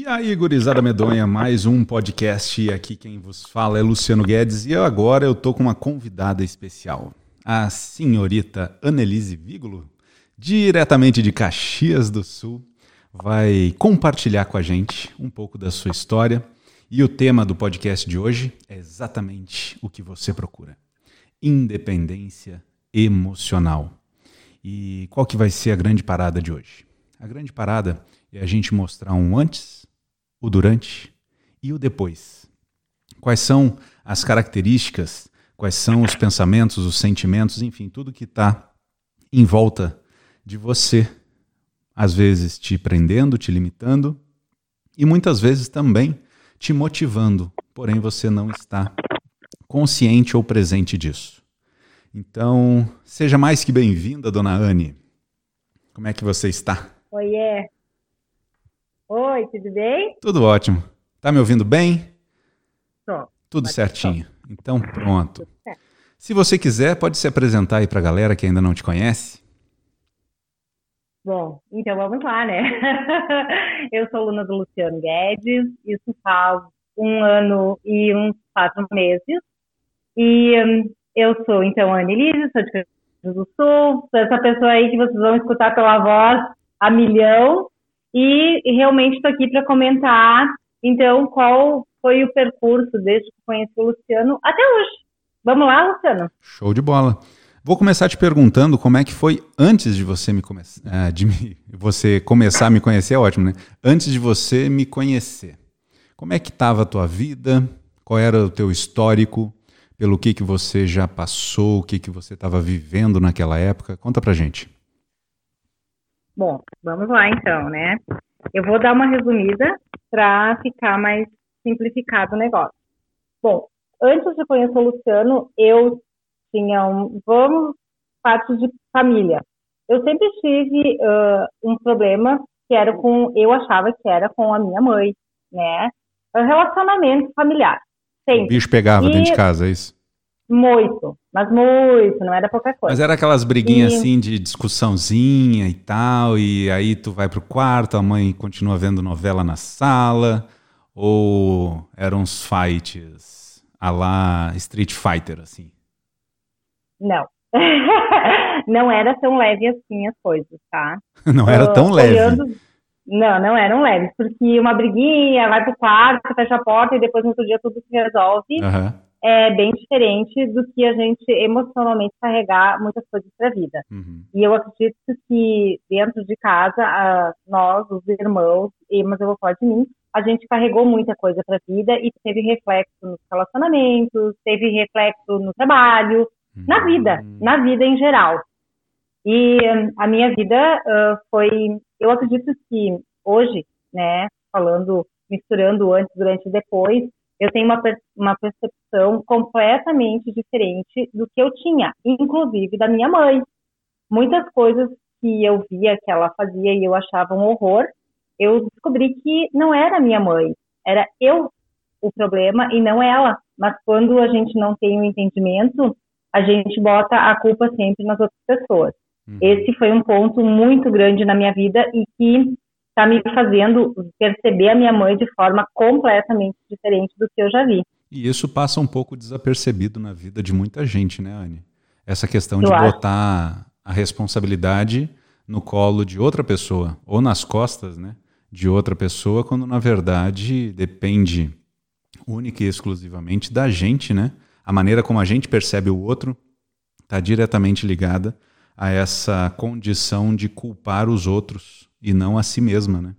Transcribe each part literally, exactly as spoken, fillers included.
aí, gurizada medonha, mais um podcast e aqui quem vos fala é Luciano Guedes e eu agora eu tô com uma convidada especial, a senhorita Annelise Vigolo, diretamente de Caxias do Sul, vai compartilhar com a gente um pouco da sua história e o tema do podcast de hoje é exatamente o que você procura, independência emocional. E qual que vai ser a grande parada de hoje? A grande parada é a gente mostrar um antes, o durante e o depois. Quais são as características, quais são os pensamentos, os sentimentos, enfim, tudo que está em volta de você, às vezes te prendendo, te limitando e muitas vezes também te motivando, porém você não está consciente ou presente disso. Então, seja mais que bem-vinda, dona Anne. Como é que você está? Oiê. Oi, tudo bem? Tudo ótimo. Tá me ouvindo bem? Tô. Tudo Pode certinho. ser. Então, pronto. Tudo certo. Se você quiser, pode se apresentar aí pra galera que ainda não te conhece. Bom, então vamos lá, né? Eu sou aluna do Luciano Guedes, isso faz um ano e uns quatro meses. E hum, eu sou, então, a Annelise, sou de Caxias do Sul, sou essa pessoa aí que vocês vão escutar pela voz a milhão. E realmente estou aqui para comentar, então, qual foi o percurso desde que conheci o Luciano até hoje. Vamos lá, Luciano? Show de bola. Vou começar te perguntando como é que foi antes de você me começar, de me, você começar a me conhecer, é ótimo, né? Antes de você me conhecer. Como é que estava a tua vida? Qual era o teu histórico? Pelo que que você já passou? O que que você estava vivendo naquela época? Conta pra gente. Bom, vamos lá então, né? Eu vou dar uma resumida para ficar mais simplificado o negócio. Bom, antes de conhecer o Luciano, eu tinha um, vamos, parte de família. Eu sempre tive uh, um problema que era com, eu achava que era com a minha mãe, né? Um relacionamento familiar, O sempre. bicho pegava E dentro de casa, é isso? muito, mas muito, não era pouca Mas coisa. era aquelas briguinhas E assim de discussãozinha e tal, e aí tu vai pro quarto, a mãe continua vendo novela na sala, ou eram uns fights à la Street Fighter, assim? não. Não era tão leve assim as coisas, tá? Não era Uh, tão leve. olhando, não, não eram leves, porque uma briguinha, vai pro quarto, fecha a porta e depois no outro dia tudo se resolve. Aham. É bem diferente do que a gente emocionalmente carregar muitas coisas para a vida. Uhum. E eu acredito que dentro de casa, a, nós, os irmãos, e, mas eu vou falar de mim, a gente carregou muita coisa para a vida e teve reflexo nos relacionamentos, teve reflexo no trabalho, Uhum. na vida, na vida em geral. E hum, a minha vida uh, foi, eu acredito que hoje, né, falando, misturando antes, durante e depois, eu tenho uma, uma percepção completamente diferente do que eu tinha, inclusive da minha mãe. Muitas coisas que eu via que ela fazia e eu achava um horror, eu descobri que não era minha mãe, era eu o problema e não ela. Mas quando a gente não tem o entendimento, a gente bota a culpa sempre nas outras pessoas. Uhum. Esse foi um ponto muito grande na minha vida e que está me fazendo perceber a minha mãe de forma completamente diferente do que eu já vi. E isso passa um pouco desapercebido na vida de muita gente, né, Anne? Essa questão de Eu acho. botar a responsabilidade no colo de outra pessoa, ou nas costas, né, de outra pessoa, quando na verdade depende única e exclusivamente da gente, né? A maneira como a gente percebe o outro está diretamente ligada a essa condição de culpar os outros e não a si mesma, né?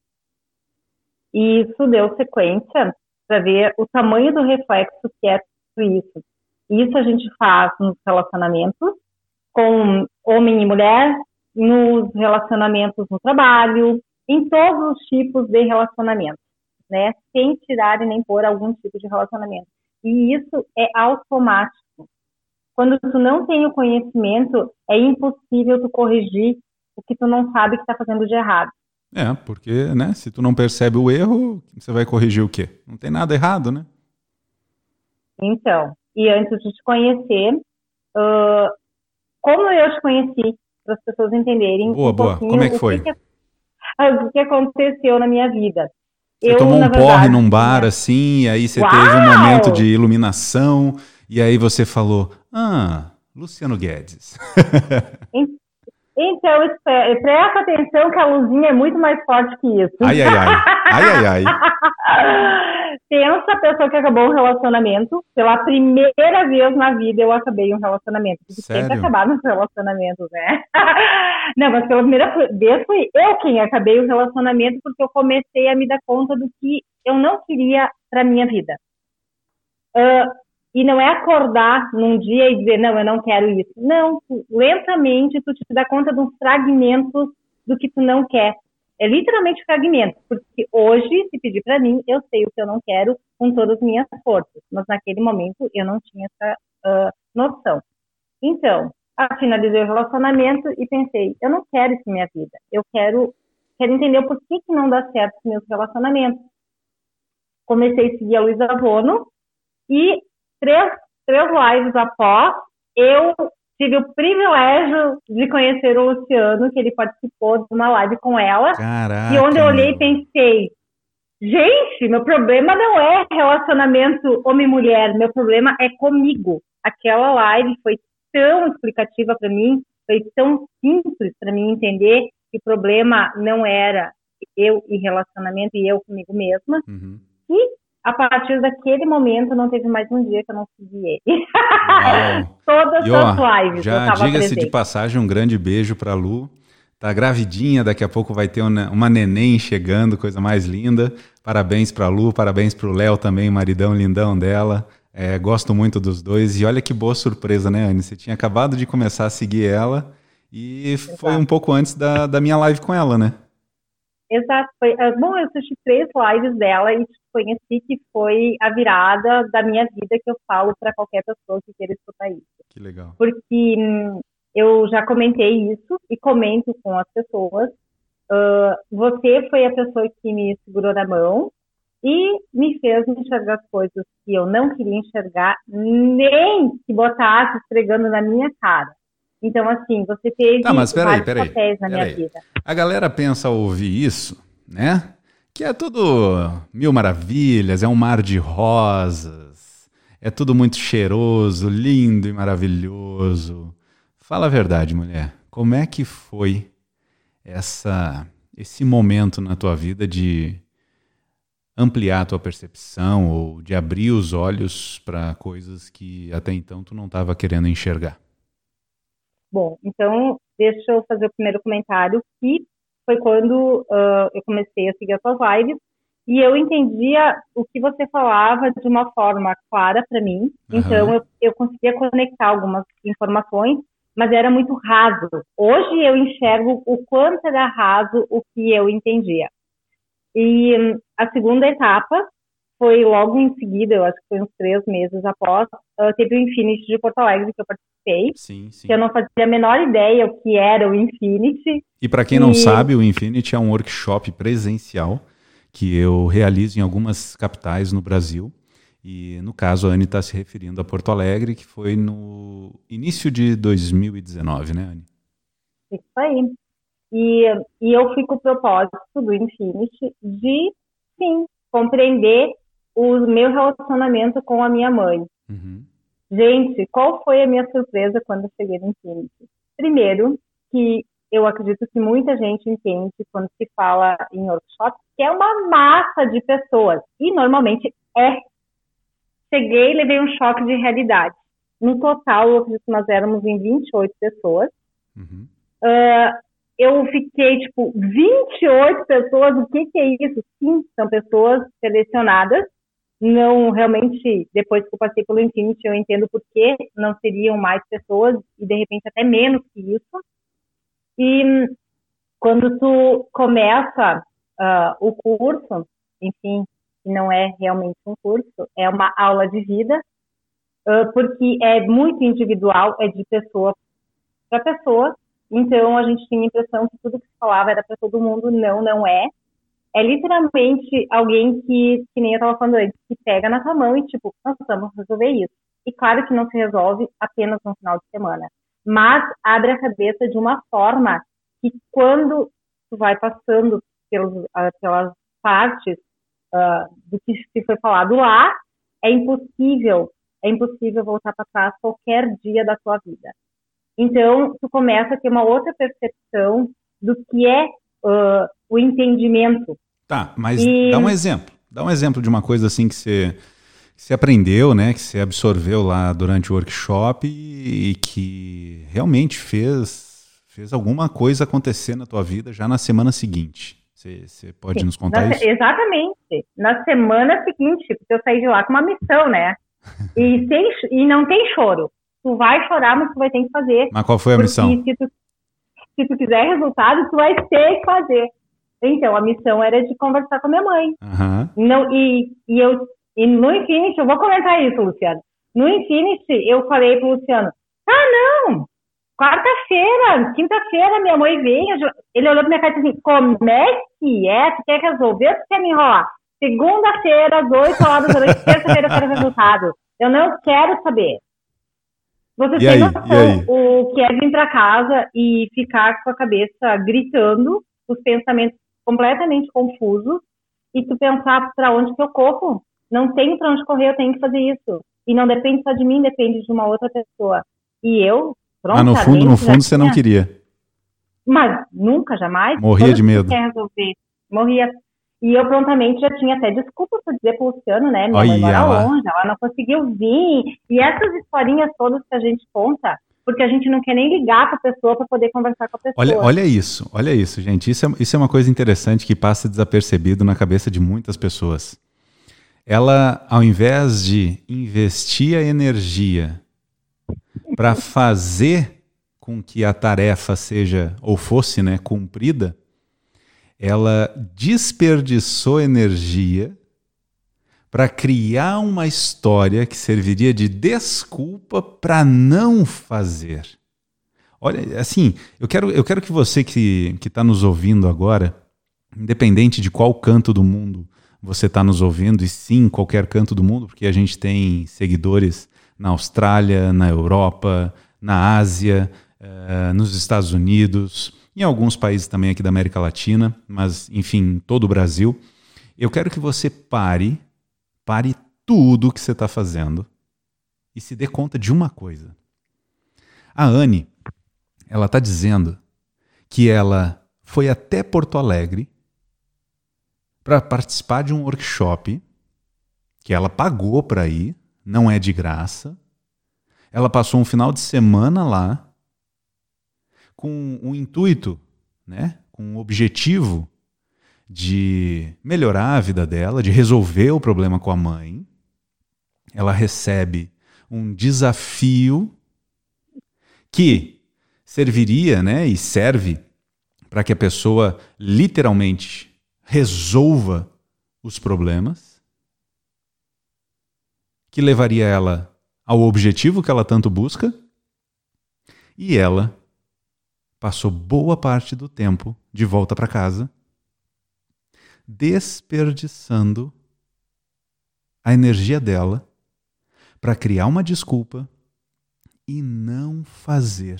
E isso deu sequência para ver o tamanho do reflexo que é tudo isso. Isso a gente faz nos relacionamentos com homem e mulher, nos relacionamentos no trabalho, em todos os tipos de relacionamento, né? Sem tirar e nem pôr algum tipo de relacionamento. E isso é automático. Quando tu não tem o conhecimento, é impossível tu corrigir o que tu não sabe que está fazendo de errado. É, porque, né, se tu não percebe o erro, você vai corrigir o quê? Não tem nada errado, né? Então, e antes de te conhecer, uh, como eu te conheci, para as pessoas entenderem boa, um boa. pouquinho Como é que o foi? que, que, o que aconteceu na minha vida. Você eu, tomou um na porre verdade, num bar, tinha- assim, e aí você Uau! teve um momento de iluminação, e aí você falou, ah, Luciano Guedes. En- Então, espe- presta atenção que a luzinha é muito mais forte que isso. Ai, ai, ai. Ai, ai, ai. Pensa a pessoa que acabou um relacionamento. Pela primeira vez na vida eu acabei um relacionamento. Porque sempre Sério? acabar nos relacionamentos, né? Não, mas pela primeira vez fui eu quem acabei o relacionamento porque eu comecei a me dar conta do que eu não queria pra minha vida. Ah, e não é acordar num dia e dizer, não, eu não quero isso. Não, tu- lentamente tu te dá conta de uns fragmentos do que tu não quer. É literalmente fragmentos, porque hoje, se pedir pra mim, eu sei o que eu não quero com todas as minhas forças. Mas naquele momento eu não tinha essa ah, noção. Então, ah, finalizei o relacionamento e pensei, eu não quero isso na minha vida. Eu quero, quero entender o porquê que não dá certo os meus relacionamentos. Comecei a seguir a Luísa Bono e três, três lives após, eu tive o privilégio de conhecer o Luciano, que ele participou de uma live com ela, Caraca, e onde eu olhei e meu. pensei, gente, meu problema não é relacionamento homem-mulher, meu problema é comigo. Aquela live foi tão explicativa para mim, foi tão simples para mim entender que o problema não era eu e relacionamento e eu comigo mesma, Uhum. e a partir daquele momento não teve mais um dia que eu não segui ele. Uau. Todas E ó, as lives eu já estava diga-se de presente. passagem, um grande beijo pra Lu. Tá gravidinha, daqui a pouco vai ter uma, uma neném chegando, coisa mais linda. Parabéns pra Lu, parabéns pro Léo também, maridão lindão dela. É, gosto muito dos dois. E olha que boa surpresa, né, Anne? Você tinha acabado de começar a seguir ela e foi Exato. um pouco antes da, da minha live com ela, né? Exato. Foi, ah, bom, eu assisti três lives dela e conheci que foi a virada da minha vida que eu falo para qualquer pessoa que queira escutar isso. Que legal. Porque hum, eu já comentei isso e comento com as pessoas. Ah, você foi a pessoa que me segurou na mão e me fez enxergar coisas que eu não queria enxergar, nem que botasse esfregando na minha cara. Então, assim, você teve Tá, mas peraí, vários peraí. papéis na minha peraí. vida. A galera pensa ao ouvir isso, né? Que é tudo mil maravilhas, é um mar de rosas, é tudo muito cheiroso, lindo e maravilhoso. Fala a verdade, mulher. Como é que foi essa, esse momento na tua vida de ampliar a tua percepção ou de abrir os olhos para coisas que até então tu não estava querendo enxergar? Bom, então, deixa eu fazer o primeiro comentário, que foi quando uh, eu comecei a seguir as suas lives, e eu entendia o que você falava de uma forma clara para mim, uhum. Então eu, eu conseguia conectar algumas informações, mas era muito raso. Hoje eu enxergo o quanto era raso o que eu entendia. E um, a segunda etapa foi logo em seguida, eu acho que foi uns três meses após, uh, teve o Infinity de Porto Alegre, que eu participei, sim, sim. que eu não fazia a menor ideia o que era o Infinity. E para quem e... não sabe, o Infinity é um workshop presencial que eu realizo em algumas capitais no Brasil. E, no caso, a Anne está se referindo a Porto Alegre, que foi no início de dois mil e dezenove, né, Anne? Isso aí. E, e eu fui com o propósito do Infinity de, sim, compreender o meu relacionamento com a minha mãe. Uhum. Gente, qual foi a minha surpresa quando eu cheguei no Infinity? Primeiro, que eu acredito que muita gente entende quando se fala em workshop, que é uma massa de pessoas. E normalmente é. Cheguei e levei um choque de realidade. No total, eu acredito que nós éramos em vinte e oito pessoas. Uhum. Uh, eu fiquei, tipo, vinte e oito pessoas, o que, que é isso? Sim, são pessoas selecionadas. Não, realmente, depois que eu passei pelo Infinity, eu entendo por que não seriam mais pessoas e, de repente, até menos que isso. E quando tu começa uh, o curso, enfim, não é realmente um curso, é uma aula de vida, uh, porque é muito individual, é de pessoa para pessoa. Então, a gente tinha a impressão que tudo que se falava era para todo mundo. Não, não é. É literalmente alguém que, que nem eu estava falando antes, que pega na tua mão e, tipo, nós vamos resolver isso. E claro que não se resolve apenas no final de semana, mas abre a cabeça de uma forma que quando tu vai passando pelos, pelas partes, uh, do que se foi falado lá, é impossível, é impossível voltar para trás qualquer dia da tua vida. Então, tu começa a ter uma outra percepção do que é uh, o entendimento. Tá, mas e... dá um exemplo. Dá um exemplo de uma coisa assim que você, que você aprendeu, né, que você absorveu lá durante o workshop e, e que realmente fez, fez alguma coisa acontecer na tua vida já na semana seguinte. Você, você pode Sim, nos contar na, isso? Exatamente. Na semana seguinte, porque eu saí de lá com uma missão, né? E, sem, e não tem choro. Tu vai chorar, mas tu vai ter que fazer. Mas qual foi a missão? Se tu, se tu quiser resultado, tu vai ter que fazer. Então, a missão era de conversar com a minha mãe. Uhum. Não, e, e, eu, e no Infinity, eu vou comentar isso, Luciano. No Infinity, eu falei pro Luciano, ah, não, quarta-feira, quinta-feira, minha mãe vem. Ele olhou pra minha cara e disse assim, como é que é? Tu quer resolver ou tu quer me enrolar? Segunda-feira, às oito horas da noite, terça-feira, eu quero resultado. Eu não quero saber. Você e tem aí? noção o que é vir para casa e ficar com a cabeça gritando, os pensamentos completamente confusos, e tu pensar para onde que eu corro? Não tenho para onde correr, eu tenho que fazer isso. E não depende só de mim, depende de uma outra pessoa. E eu, pronto. Ah, no fundo, no fundo você não queria. Mas nunca, jamais. Morria Quando de medo. Quer resolver? Morria. E eu prontamente já tinha até desculpa para dizer pro Luciano, né? Minha mãe mora longe, ela não conseguiu vir. E essas historinhas todas que a gente conta, porque a gente não quer nem ligar para a pessoa para poder conversar com a pessoa. Olha, olha isso, olha isso, gente. Isso é, isso é uma coisa interessante que passa desapercebido na cabeça de muitas pessoas. Ela, ao invés de investir a energia para fazer com que a tarefa seja, ou fosse, né, cumprida, ela desperdiçou energia para criar uma história que serviria de desculpa para não fazer. Olha, assim, eu quero, eu quero que você que que está nos ouvindo agora, independente de qual canto do mundo você está nos ouvindo, e sim, qualquer canto do mundo, porque a gente tem seguidores na Austrália, na Europa, na Ásia, uh, nos Estados Unidos, em alguns países também aqui da América Latina, mas, enfim, em todo o Brasil. Eu quero que você pare, pare tudo o que você está fazendo e se dê conta de uma coisa. A Anne, ela está dizendo que ela foi até Porto Alegre para participar de um workshop que ela pagou para ir, não é de graça. Ela passou um final de semana lá com o intuito, né, com o objetivo de melhorar a vida dela, de resolver o problema com a mãe. Ela recebe um desafio que serviria, né, e serve para que a pessoa literalmente resolva os problemas, que levaria ela ao objetivo que ela tanto busca, e ela passou boa parte do tempo de volta para casa desperdiçando a energia dela para criar uma desculpa e não fazer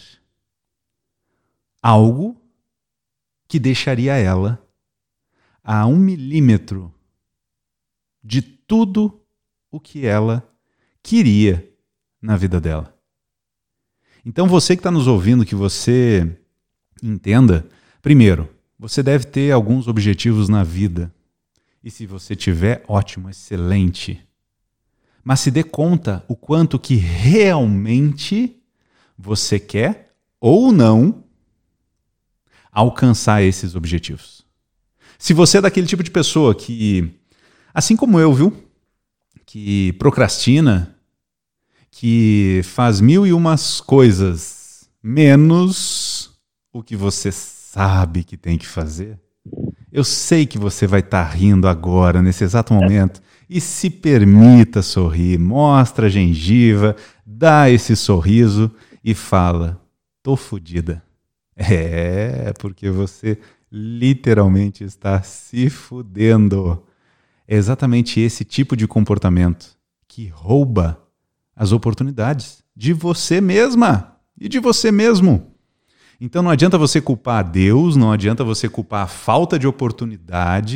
algo que deixaria ela a um milímetro de tudo o que ela queria na vida dela. Então você que está nos ouvindo, que você entenda, primeiro, você deve ter alguns objetivos na vida. E se você tiver, ótimo, excelente. Mas se dê conta o quanto que realmente você quer ou não alcançar esses objetivos. Se você é daquele tipo de pessoa que, assim como eu, viu, que procrastina, que faz mil e umas coisas menos o que você sabe que tem que fazer, eu sei que você vai estar rindo agora, nesse exato momento, e se permita sorrir, mostra a gengiva, dá esse sorriso e fala, tô fodida. É, porque você literalmente está se fudendo. É exatamente esse tipo de comportamento que rouba as oportunidades de você mesma e de você mesmo. Então não adianta você culpar a Deus, não adianta você culpar a falta de oportunidade,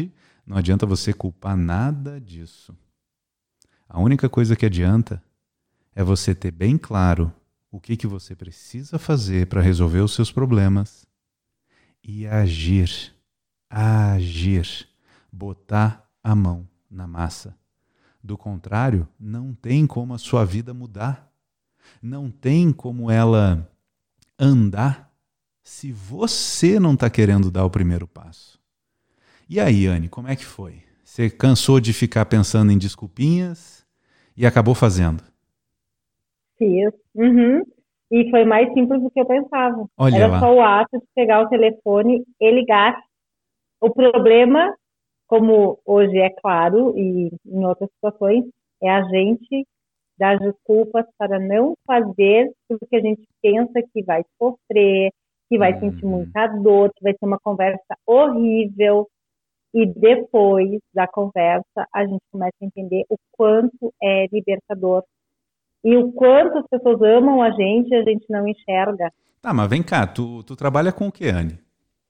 Não adianta você culpar nada disso. A única coisa que adianta é você ter bem claro o que, que você precisa fazer para resolver os seus problemas e agir, agir, botar a mão na massa. Do contrário, não tem como a sua vida mudar. Não tem como ela andar se você não está querendo dar o primeiro passo. E aí, Anne, como é que foi? Você cansou de ficar pensando em desculpinhas e acabou fazendo? Fiz. Uhum. E foi mais simples do que eu pensava. Olha Era lá. só o ato de pegar o telefone e ligar. O problema, como hoje é claro, e em outras situações, é a gente dar desculpas para não fazer porque a gente pensa que vai sofrer, que vai Uhum. sentir muita dor, que vai ser uma conversa horrível. E depois da conversa, a gente começa a entender o quanto é libertador. E o quanto as pessoas amam a gente e a gente não enxerga. Tá, mas vem cá, tu, tu trabalha com o que, Anne?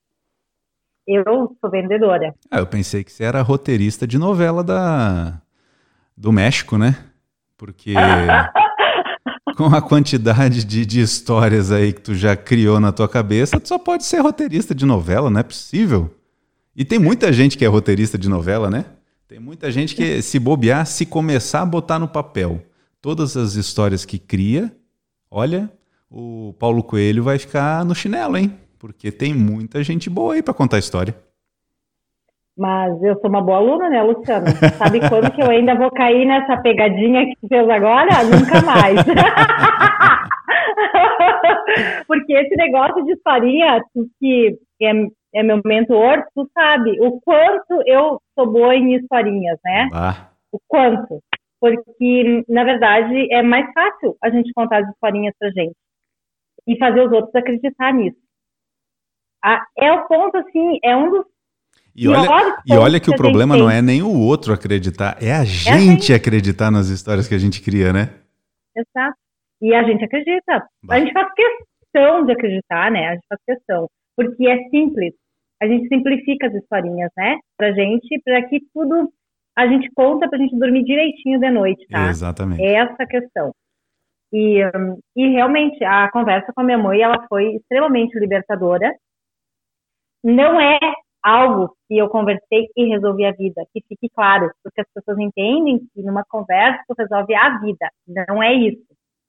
Eu sou vendedora. Ah, eu pensei que você era roteirista de novela da, do México, né? Porque com a quantidade de, de histórias aí que tu já criou na tua cabeça, tu só pode ser roteirista de novela, não é possível. E tem muita gente que é roteirista de novela, né? Tem muita gente que, se bobear, se começar a botar no papel todas as histórias que cria, olha, o Paulo Coelho vai ficar no chinelo, hein? Porque tem muita gente boa aí pra contar história. Mas eu sou uma boa aluna, né, Luciano? Sabe quando que eu ainda vou cair nessa pegadinha que tu fez agora? Nunca mais. Porque esse negócio de historinha, tu que é, é meu mentor, tu sabe o quanto eu sou boa em historinhas, né? Ah. O quanto. Porque, na verdade, é mais fácil a gente contar as historinhas pra gente e fazer os outros acreditar nisso. Ah, é o ponto, assim, é um dos E olha, e olha que o problema não é nem o outro acreditar, é a gente acreditar nas histórias que a gente cria, né? Exato. E a gente acredita. Bah. A gente faz questão de acreditar, né? A gente faz questão. Porque é simples. A gente simplifica as historinhas, né? Pra gente, pra que tudo a gente conta pra gente dormir direitinho de noite, tá? Exatamente. É essa a questão. E, um, e realmente, a conversa com a minha mãe, ela foi extremamente libertadora. Não é algo que eu conversei e resolvi a vida, que fique claro, porque as pessoas entendem que numa conversa tu resolve a vida, não é isso.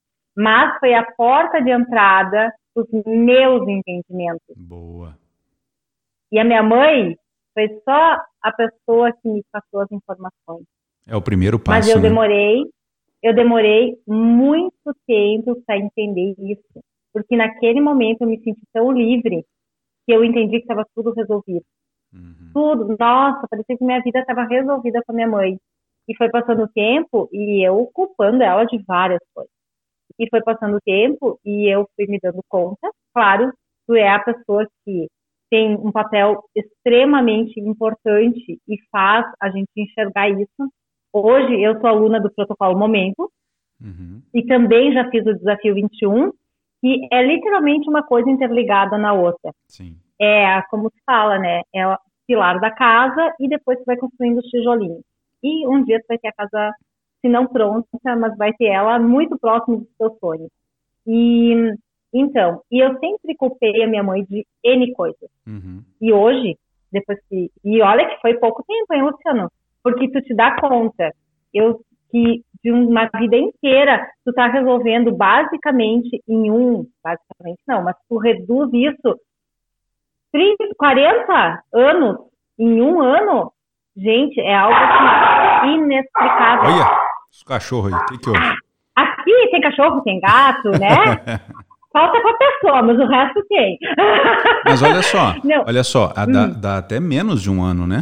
Mas foi a porta de entrada dos meus entendimentos. Boa. E a minha mãe foi só a pessoa que me passou as informações. É o primeiro passo, Mas eu né? demorei, eu demorei muito tempo para entender isso, porque naquele momento eu me senti tão livre que eu entendi que estava tudo resolvido. Uhum. Tudo, nossa, parecia que minha vida estava resolvida com a minha mãe. E foi passando o tempo e eu culpando ela de várias coisas. E foi passando o tempo e eu fui me dando conta, claro, tu é a pessoa que tem um papel extremamente importante e faz a gente enxergar isso. Hoje eu sou aluna do Protocolo Momento, uhum. e também já fiz o Desafio vinte e um, que é literalmente uma coisa interligada na outra. Sim. É, como se fala, né? É o pilar da casa e depois você vai construindo os tijolinhos. E um dia você vai ter a casa, se não pronta, mas vai ter ela muito próximo dos seus sonhos. E, então, e eu sempre culpei a minha mãe de N coisas. Uhum. E hoje, depois que... E olha que foi pouco tempo, hein, Luciano? Porque tu te dá conta eu, que de uma vida inteira tu tá resolvendo basicamente em um... Basicamente não, mas tu reduz isso trinta, quarenta anos em um ano, gente, é algo assim, inexplicável. Olha, os cachorros aí, o que que houve? Aqui tem cachorro, tem gato, né? Falta com a pessoa, mas o resto tem. Mas olha só, Não. olha só, a, hum. dá, dá até menos de um ano, né?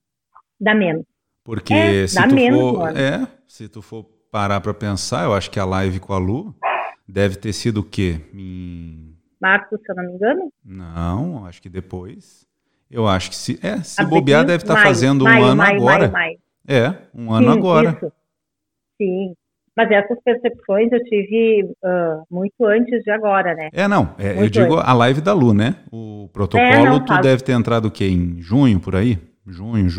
Dá menos. Porque é, se dá tu menos for, um ano. é, se tu for parar pra pensar, eu acho que a live com a Lu deve ter sido o quê? Em... Março, se eu não me engano? Não, acho que depois. Eu acho que se, é, se bobear deve estar tá fazendo maio, um ano maio, agora. Maio, maio. É, um ano Sim, agora. Isso. Sim. Mas essas percepções eu tive uh, muito antes de agora, né? É, não. É, eu digo antes. A live da Lu, né? O protocolo, é, não, tu sabe. Deve ter entrado o quê? Em junho, por aí? Junho, julho?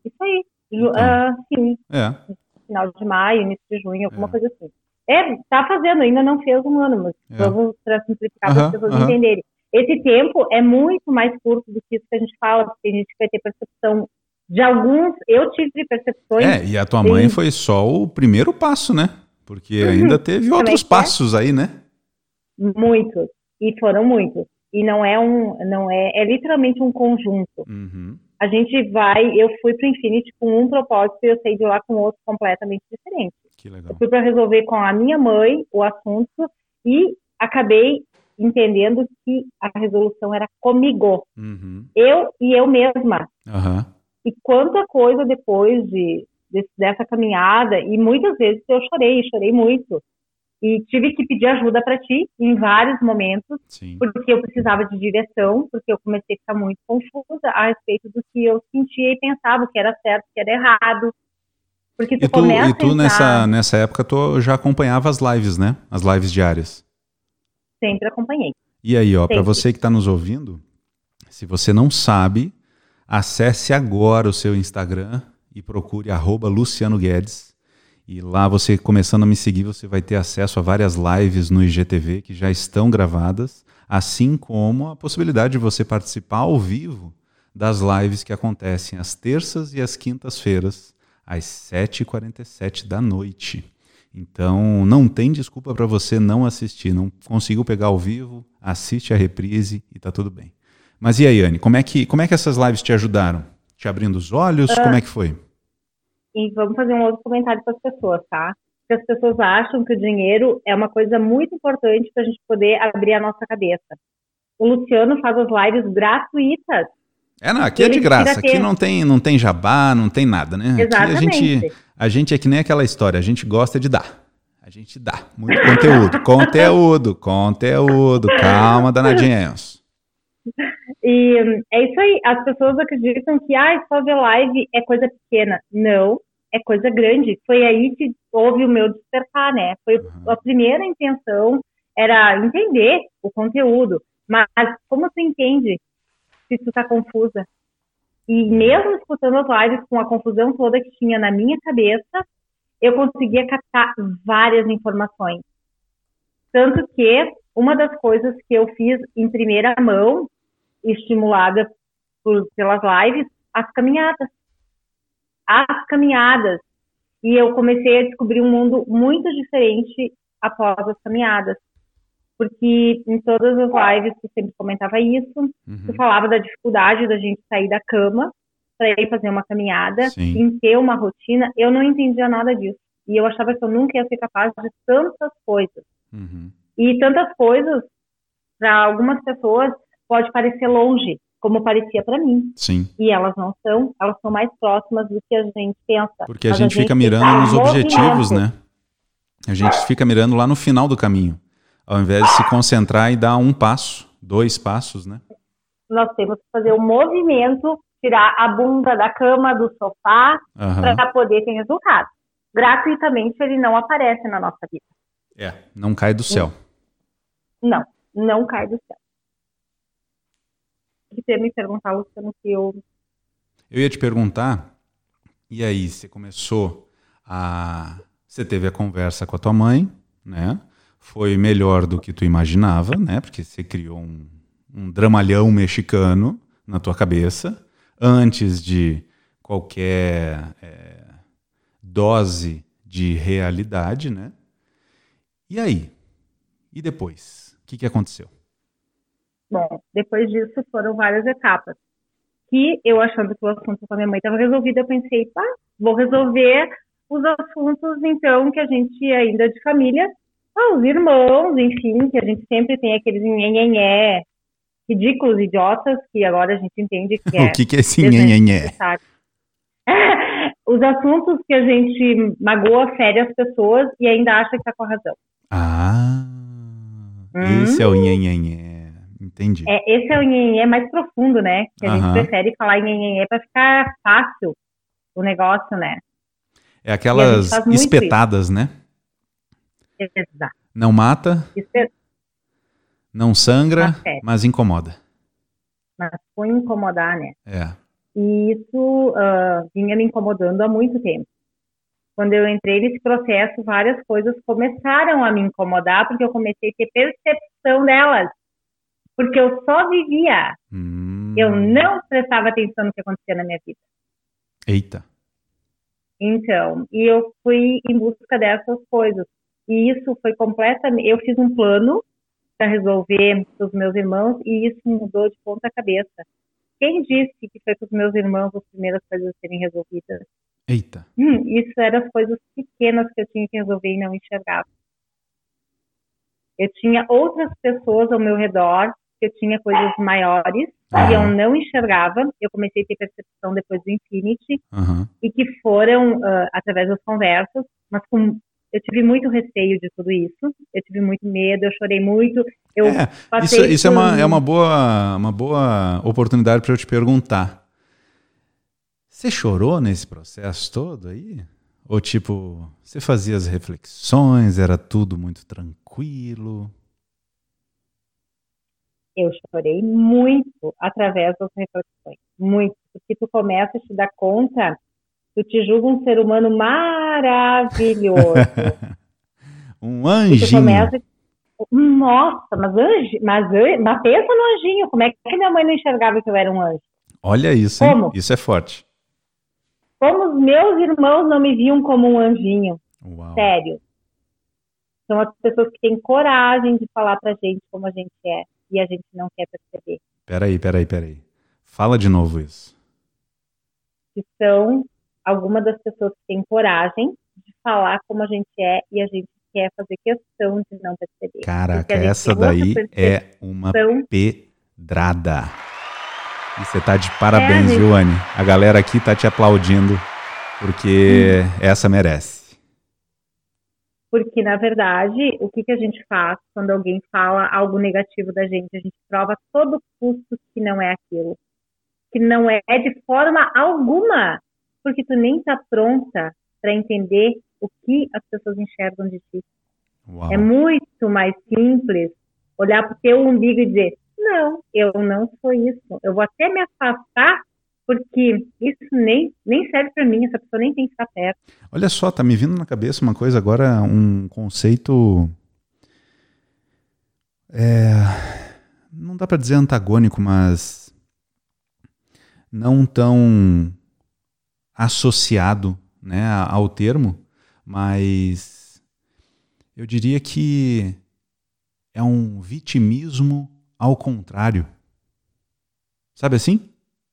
Isso aí. Ju, Então, ah, sim, é, final de maio, início de junho, alguma é, coisa assim. É, tá fazendo, ainda não fez um ano, mas é. vamos para simplificar para as Aham, pessoas aham. entenderem. Esse tempo é muito mais curto do que isso que a gente fala, porque tem gente que vai ter percepção de alguns, eu tive percepções É, e a tua mãe em... foi só o primeiro passo, né? Porque ainda teve Como é outros que é? passos aí, né? Muitos, e foram muitos. E não é um, não é, é literalmente um conjunto. Uhum. A gente vai, eu fui para o Infinity com um propósito e eu saí de lá com outro completamente diferente. Que Eu legal. fui para resolver com a minha mãe o assunto e acabei entendendo que a resolução era comigo, Uhum. eu e eu mesma. Aham. E quanta coisa depois de, de dessa caminhada, e muitas vezes eu chorei, chorei muito. E tive que pedir ajuda para ti em vários momentos, Sim. porque eu precisava de direção, porque eu comecei a ficar muito confusa a respeito do que eu sentia e pensava, o que era certo, o que era errado. Porque tu, E tu, e começa a tu entrar... nessa, nessa época, tu já acompanhava as lives, né? As lives diárias. Sempre acompanhei. E aí, ó, para Sempre. você que está nos ouvindo, se você não sabe, acesse agora o seu Instagram e procure arroba Luciano Guedes. E lá você, começando a me seguir, você vai ter acesso a várias lives no I G T V que já estão gravadas, assim como a possibilidade de você participar ao vivo das lives que acontecem às terças e às quintas-feiras, às sete e quarenta e sete da noite. Então, não tem desculpa para você não assistir. Não conseguiu pegar ao vivo, assiste a reprise e tá tudo bem. Mas e aí, Anne, como é que, como é que essas lives te ajudaram? Te abrindo os olhos? Como é que foi? E vamos fazer um outro comentário para as pessoas, tá? Porque as pessoas acham que o dinheiro é uma coisa muito importante para a gente poder abrir a nossa cabeça. O Luciano faz as lives gratuitas. É, não, aqui é de Ele graça. tira Aqui tempo. não tem, não tem jabá, não tem nada, né? Aqui a gente, Exatamente. a gente é que nem aquela história, a gente gosta de dar. A gente dá muito conteúdo. Conteúdo, conteúdo. Calma, danadinhos. E é isso aí. As pessoas acreditam que ah, só ver live é coisa pequena. Não, é coisa grande. Foi aí que houve o meu despertar, né? Foi Uhum. a primeira intenção era entender o conteúdo. Mas como tu entende se tu tá confusa? E mesmo escutando as lives com a confusão toda que tinha na minha cabeça, eu conseguia captar várias informações. Tanto que uma das coisas que eu fiz em primeira mão, estimulada por, pelas lives, as caminhadas. As caminhadas. E eu comecei a descobrir um mundo muito diferente após as caminhadas. Porque em todas as lives tu sempre comentava isso, Uhum. tu falava da dificuldade da gente sair da cama para ir fazer uma caminhada, Sim. em ter uma rotina. Eu não entendia nada disso. E eu achava que eu nunca ia ser capaz de tantas coisas. Uhum. E tantas coisas, para algumas pessoas, pode parecer longe, como parecia para mim. Sim. E elas não são, elas são mais próximas do que a gente pensa. Porque a Mas gente fica tem que mirando estar em nos objetivos, movimento. né? A gente fica mirando lá no final do caminho, ao invés de se concentrar e dar um passo, dois passos, né? Nós temos que fazer o movimento, tirar a bunda da cama, do sofá, Aham. para poder ter resultado. Gratuitamente ele não aparece na nossa vida. É, não cai do céu. Não, não cai do céu. Que você me perguntar, Luciano, que eu... Eu ia te perguntar, e aí, você começou a... Você teve a conversa com a tua mãe, né? Foi melhor do que tu imaginava, né? Porque você criou um, um dramalhão mexicano na tua cabeça, antes de qualquer é, dose de realidade, né? E aí? E depois? O que, que aconteceu? Bom, depois disso foram várias etapas. Que eu achando que o assunto com a minha mãe estava resolvido, eu pensei, pá, vou resolver os assuntos, então, que a gente ainda de família, ah, os irmãos, enfim, que a gente sempre tem aqueles nhenhenhé, ridículos, idiotas, que agora a gente entende que é... O que, que é esse nhenhenhé? Os assuntos que a gente magoa, fere as pessoas e ainda acha que está com a razão. Ah, hum. Esse é o nhenhenhé. Entendi. É, esse é o nhenhenhé mais profundo, né? Que a Aham. gente prefere falar em nhenhenhé para ficar fácil o negócio, né? É aquelas espetadas, isso. né? Exato. Não mata, Espet... não sangra, mas, mas incomoda. mas foi incomodar, né? É. E isso uh, vinha me incomodando há muito tempo. Quando eu entrei nesse processo, várias coisas começaram a me incomodar, porque eu comecei a ter percepção delas. Porque eu só vivia. Hum. Eu não prestava atenção no que acontecia na minha vida. Eita. Então, e eu fui em busca dessas coisas. E isso foi completamente... Eu fiz um plano para resolver com os meus irmãos e isso mudou de ponta cabeça. Quem disse que foi com os meus irmãos as primeiras coisas a serem resolvidas? Eita. Hum, isso eram as coisas pequenas que eu tinha que resolver e não enxergava. Eu tinha outras pessoas ao meu redor, que eu tinha coisas maiores, uhum. e eu não enxergava. Eu comecei a ter percepção depois do Infinity, uhum. e que foram uh, através das conversas, mas com, eu tive muito receio de tudo isso, eu tive muito medo, eu chorei muito. Eu é, passei isso isso por... é, uma, é uma, boa, uma boa oportunidade para eu te perguntar. Você chorou nesse processo todo aí? Ou tipo, você fazia as reflexões, era tudo muito tranquilo? Eu chorei muito através das reflexões, muito, porque tu começa a te dar conta, tu te julga um ser humano maravilhoso. Um anjinho. E tu começa, nossa, mas anjo, mas, mas pensa no anjinho, como é que minha mãe não enxergava que eu era um anjo? Olha isso, hein? Como? Isso é forte. Como os meus irmãos não me viam como um anjinho. Uau. Sério. São as pessoas que têm coragem de falar pra gente como a gente é. E a gente não quer perceber. Peraí, peraí, peraí. Fala de novo isso. Que são algumas das pessoas que têm coragem de falar como a gente é e a gente quer fazer questão de não perceber. Caraca, essa daí é uma pedrada. E você tá de parabéns, é, viu, Anne? A galera aqui tá te aplaudindo, porque hum. essa merece. Porque, na verdade, o que, que a gente faz quando alguém fala algo negativo da gente? A gente prova a todo custo que não é aquilo. Que não é de forma alguma. Porque tu nem tá pronta para entender o que as pessoas enxergam de ti. Uau. É muito mais simples olhar pro teu umbigo e dizer, não, eu não sou isso. Eu vou até me afastar porque isso nem, nem serve para mim, essa pessoa nem tem que estar perto. Olha só, tá me vindo na cabeça uma coisa agora, um conceito, é, não dá para dizer antagônico, mas não tão associado, né, ao termo, mas eu diria que é um vitimismo ao contrário. Sabe assim?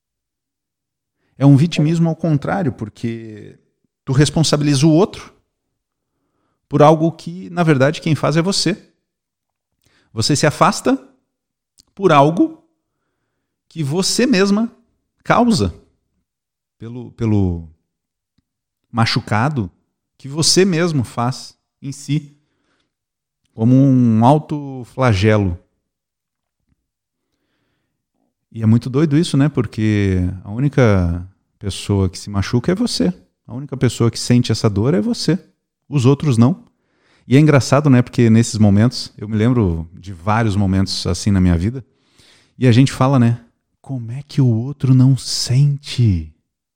É um vitimismo ao contrário, porque tu responsabiliza o outro por algo que, na verdade, quem faz é você. Você se afasta por algo que você mesma causa, pelo, pelo machucado que você mesmo faz em si, como um autoflagelo. E é muito doido isso, né? Porque a única pessoa que se machuca é você. A única pessoa que sente essa dor é você. Os outros não. E é engraçado, né? Porque nesses momentos, eu me lembro de vários momentos assim na minha vida, e a gente fala, né? Como é que o outro não sente?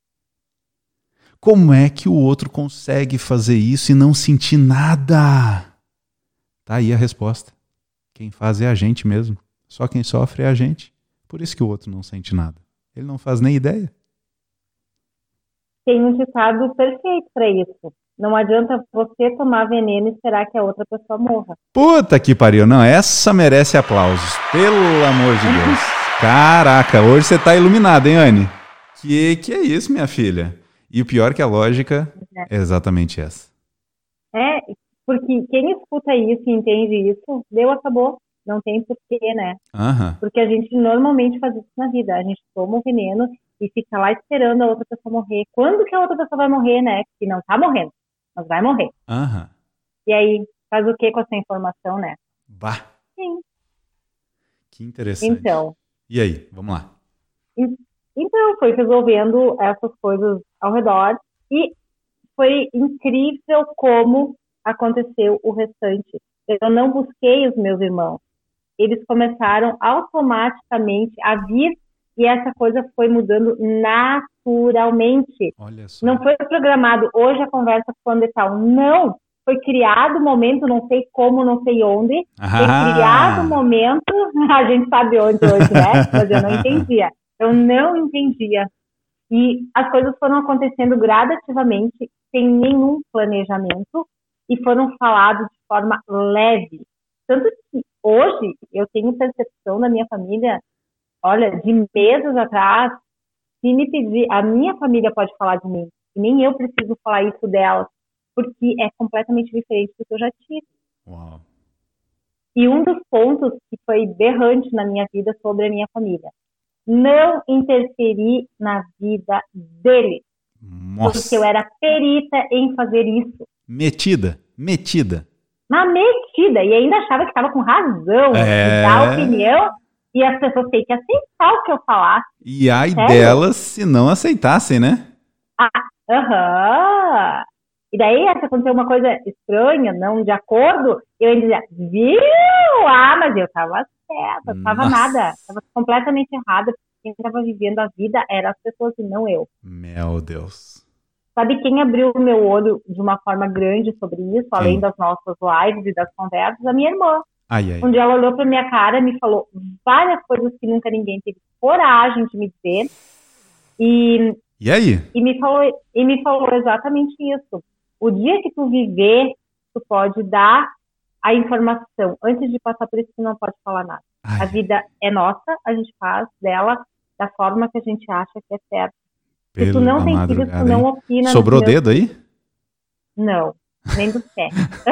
Como é que o outro consegue fazer isso e não sentir nada? Tá aí a resposta. Quem faz é a gente mesmo. Só quem sofre é a gente. Por isso que o outro não sente nada. Ele não faz nem ideia. Tem um ditado perfeito para isso. Não adianta você tomar veneno e esperar que a outra pessoa morra. Puta que pariu. Não, essa merece aplausos. Pelo amor de Deus. Caraca, hoje você tá iluminada, hein, Anne? Que, que é isso, minha filha? E o pior é que a lógica é exatamente essa. É, porque quem escuta isso e entende isso, deu, acabou. Não tem porquê, né? Uhum. Porque a gente normalmente faz isso na vida. A gente toma o veneno e fica lá esperando a outra pessoa morrer. Quando que a outra pessoa vai morrer, né? Que não tá morrendo, mas vai morrer. Uhum. E aí, faz o que com essa informação, né? Bah. Sim. Que interessante. Então. E aí, vamos lá. Então, foi resolvendo essas coisas ao redor e foi incrível como aconteceu o restante. Eu não busquei os meus irmãos. Eles começaram automaticamente a vir e essa coisa foi mudando naturalmente. Olha só. Não foi programado, hoje a conversa foi tal. Não, foi criado o momento, não sei como, não sei onde, Ah. foi criado o momento, a gente sabe onde hoje, né? Mas eu não entendia. Eu não entendia. E as coisas foram acontecendo gradativamente, sem nenhum planejamento, e foram falados de forma leve. Tanto que hoje eu tenho percepção da minha família, olha, de meses atrás, se me pedir, a minha família pode falar de mim, e nem eu preciso falar isso dela, porque é completamente diferente do que eu já tive. Uau. E um dos pontos que foi berrante na minha vida sobre a minha família, não interferir na vida dele. Nossa. Porque eu era perita em fazer isso. Metida, metida. Mas metida, e ainda achava que estava com razão É... de dar opinião, e as pessoas têm que aceitar o que eu falasse. E ai Sério? delas se não aceitassem, né? Ah, aham. E daí, se acontecer uma coisa estranha, não de acordo, eu ainda dizia, viu? Ah, mas eu estava certa, eu estava nada, estava completamente errada, porque quem estava vivendo a vida eram as pessoas e não eu. Meu Deus. Sabe quem abriu o meu olho de uma forma grande sobre isso, Quem? além das nossas lives e das conversas? A minha irmã. Ai, ai. Um dia ela olhou pra minha cara e me falou várias coisas que nunca ninguém teve coragem de me dizer. E, E aí? e, me falou, e me falou exatamente isso. O dia que tu viver, tu pode dar a informação. Antes de passar por isso, tu não pode falar nada. Ai. A vida é nossa, a gente faz dela da forma que a gente acha que é certo. Se tu não tem filhos, tu não opina. Sobrou dedo aí? Não, nem do pé.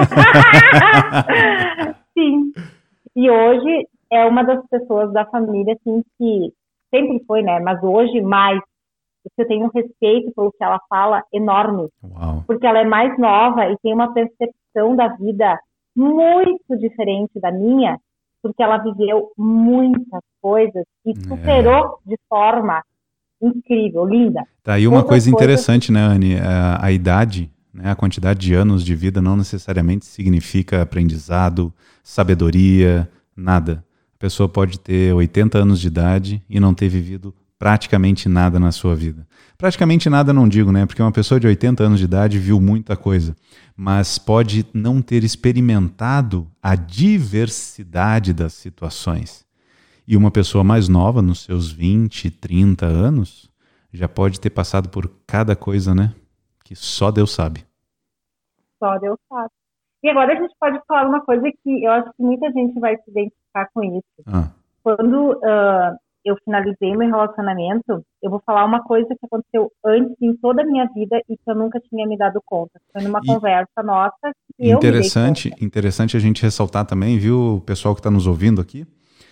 Sim. E hoje é uma das pessoas da família, assim, que sempre foi, né? Mas hoje mais. Porque eu tenho um respeito pelo que ela fala enorme. Uau. Porque ela é mais nova e tem uma percepção da vida muito diferente da minha, porque ela viveu muitas coisas e superou é. de forma incrível, linda. Tá aí uma Outras coisa interessante, coisas... né, Anny? A, a idade, né, a quantidade de anos de vida não necessariamente significa aprendizado, sabedoria, nada. A pessoa pode ter oitenta anos de idade e não ter vivido praticamente nada na sua vida. Praticamente nada não digo, né? Porque uma pessoa de oitenta anos de idade viu muita coisa, mas pode não ter experimentado a diversidade das situações. E uma pessoa mais nova, nos seus vinte, trinta anos, já pode ter passado por cada coisa, né? Que só Deus sabe. Só Deus sabe. E agora a gente pode falar uma coisa que eu acho que muita gente vai se identificar com isso. Ah. Quando uh, eu finalizei meu relacionamento, eu vou falar uma coisa que aconteceu antes em toda a minha vida e que eu nunca tinha me dado conta. Foi numa e conversa nossa que eu me dei conta. Interessante a gente ressaltar também, viu, o pessoal que está nos ouvindo aqui.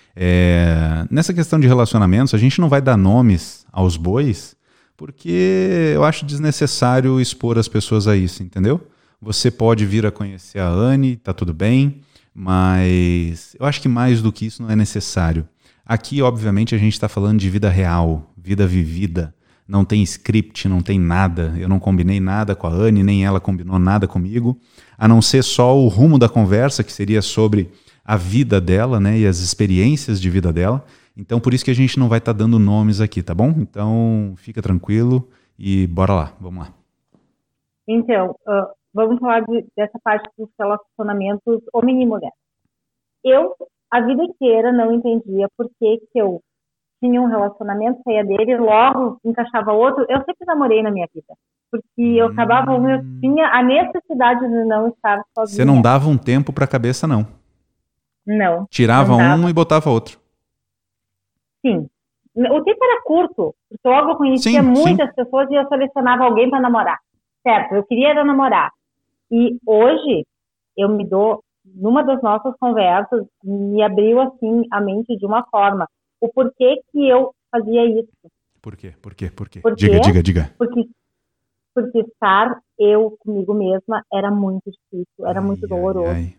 É, nessa questão de relacionamentos, a gente não vai dar nomes aos bois, porque eu acho desnecessário expor as pessoas a isso, entendeu? Você pode vir a conhecer a Anny, tá tudo bem, mas eu acho que mais do que isso não é necessário. Aqui, obviamente, a gente está falando de vida real, vida vivida, não tem script, não tem nada, eu não combinei nada com a Anny, nem ela combinou nada comigo, a não ser só o rumo da conversa, que seria sobre a vida dela, né, e as experiências de vida dela. Então, por isso que a gente não vai estar tá dando nomes aqui, tá bom? Então, fica tranquilo e bora lá, vamos lá. Então, uh, vamos falar de, dessa parte dos relacionamentos homem e mulher. Eu, a vida inteira, não entendia por que que eu tinha um relacionamento, saía dele, logo encaixava outro. Eu sempre namorei na minha vida, porque eu acabava, hum. eu tinha a necessidade de não estar sozinha. Você não dava um tempo para a cabeça, não? Não. Tirava não um e botava outro. Sim. O tempo era curto, porque logo eu conhecia sim, muitas sim. pessoas e eu selecionava alguém para namorar. Certo, eu queria era namorar. E hoje, eu me dou, numa das nossas conversas, me abriu assim a mente de uma forma. O porquê que eu fazia isso. Por quê? Por quê? Por quê? Por diga, quê? diga, diga. Porque, porque estar eu comigo mesma era muito difícil, era ai, muito doloroso. Ai, ai.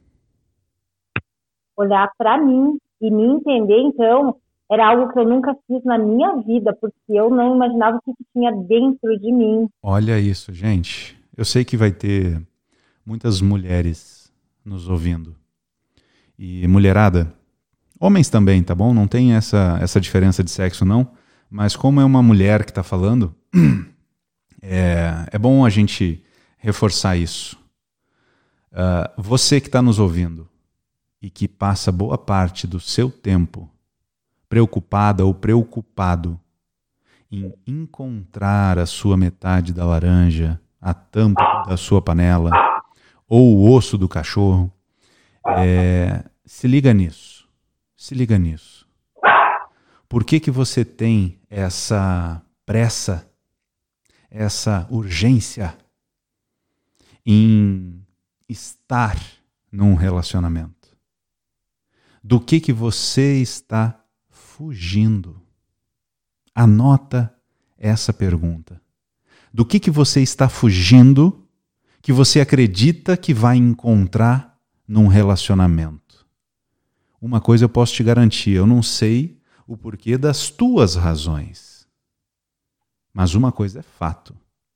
Olhar para mim e me entender, então, era algo que eu nunca fiz na minha vida, porque eu não imaginava o que tinha dentro de mim. Olha isso, gente. Eu sei que vai ter muitas mulheres nos ouvindo. E mulherada, homens também, tá bom? Não tem essa, essa diferença de sexo, não. Mas como é uma mulher que está falando, é, é bom a gente reforçar isso. Uh, você que está nos ouvindo e que passa boa parte do seu tempo preocupada ou preocupado em encontrar a sua metade da laranja, a tampa da sua panela ou o osso do cachorro, é, se liga nisso, se liga nisso. Por que que você tem essa pressa, essa urgência em estar num relacionamento? Do que que você está fugindo? Anota essa pergunta. Do que que você está fugindo que você acredita que vai encontrar num relacionamento? Uma coisa eu posso te garantir, eu não sei o porquê das tuas razões. Mas uma coisa é fato.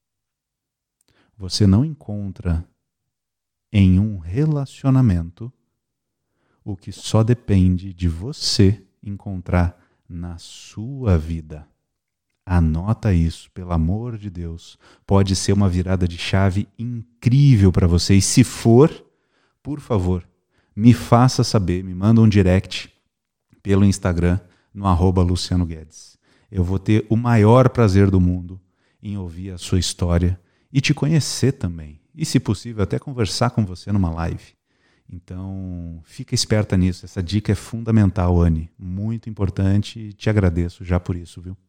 Você não encontra em um relacionamento o que só depende de você encontrar na sua vida. Anota isso, pelo amor de Deus. Pode ser uma virada de chave incrível para você. E se for, por favor, me faça saber, me manda um direct pelo Instagram, no arroba Luciano Guedes. Eu vou ter o maior prazer do mundo em ouvir a sua história e te conhecer também. E, se possível, até conversar com você numa live. Então, fica esperta nisso. Essa dica é fundamental, Anne. Muito importante e te agradeço já por isso, viu?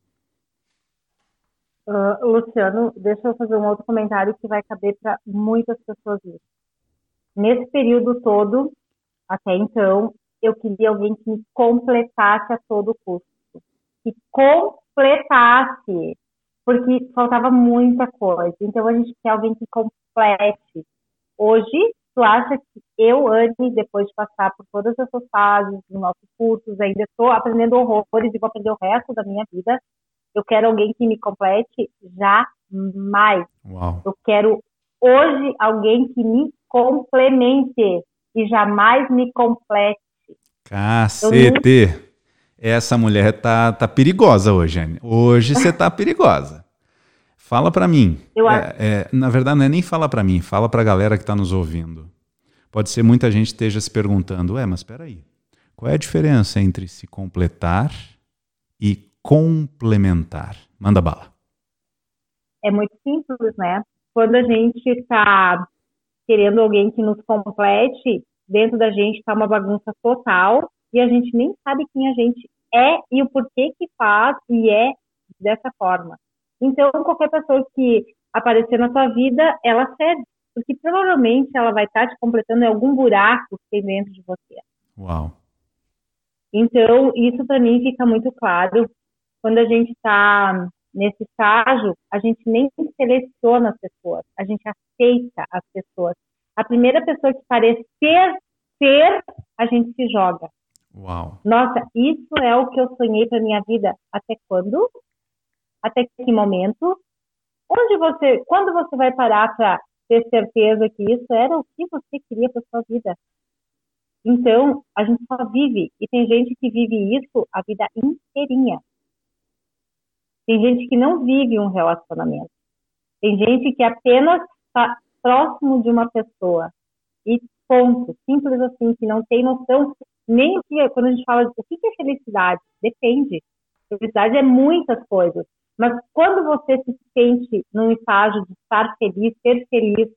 Uh, Luciano, deixa eu fazer um outro comentário que vai caber para muitas pessoas isso. Nesse período todo, até então, eu queria alguém que me completasse a todo custo. Que completasse, porque faltava muita coisa. Então, a gente quer alguém que complete. Hoje, tu acha que eu, Anne, depois de passar por todas essas fases dos nossos cursos, ainda estou aprendendo horrores e vou aprender o resto da minha vida, eu quero alguém que me complete? Jamais. Uau. Eu quero hoje alguém que me complemente e jamais me complete. Cacete! Não... Essa mulher tá, tá perigosa hoje, Anne. Hoje você tá perigosa. Fala pra mim. Eu acho... é, é, na verdade, não é nem fala pra mim, fala pra galera que tá nos ouvindo. Pode ser muita gente esteja se perguntando, é, mas peraí, qual é a diferença entre se completar e complementar? Manda bala. É muito simples, né? Quando a gente está querendo alguém que nos complete, dentro da gente está uma bagunça total e a gente nem sabe quem a gente é e o porquê que faz e é dessa forma. Então, qualquer pessoa que aparecer na sua vida, ela serve, porque provavelmente ela vai estar te completando em algum buraco que tem dentro de você. Uau! Então, isso para mim fica muito claro. Quando a gente está nesse estágio, a gente nem seleciona as pessoas, a gente aceita as pessoas. A primeira pessoa que parecer ser, a gente se joga. Uau. Nossa, isso é o que eu sonhei para minha vida. Até quando? Até que momento? Onde você, quando você vai parar para ter certeza que isso era o que você queria para sua vida? Então, a gente só vive, e tem gente que vive isso a vida inteirinha. Tem gente que não vive um relacionamento. Tem gente que apenas está próximo de uma pessoa. E ponto. Simples assim, que não tem noção nem o que, quando a gente fala o que é felicidade, depende. Felicidade é muitas coisas. Mas quando você se sente num estágio de estar feliz, ser feliz,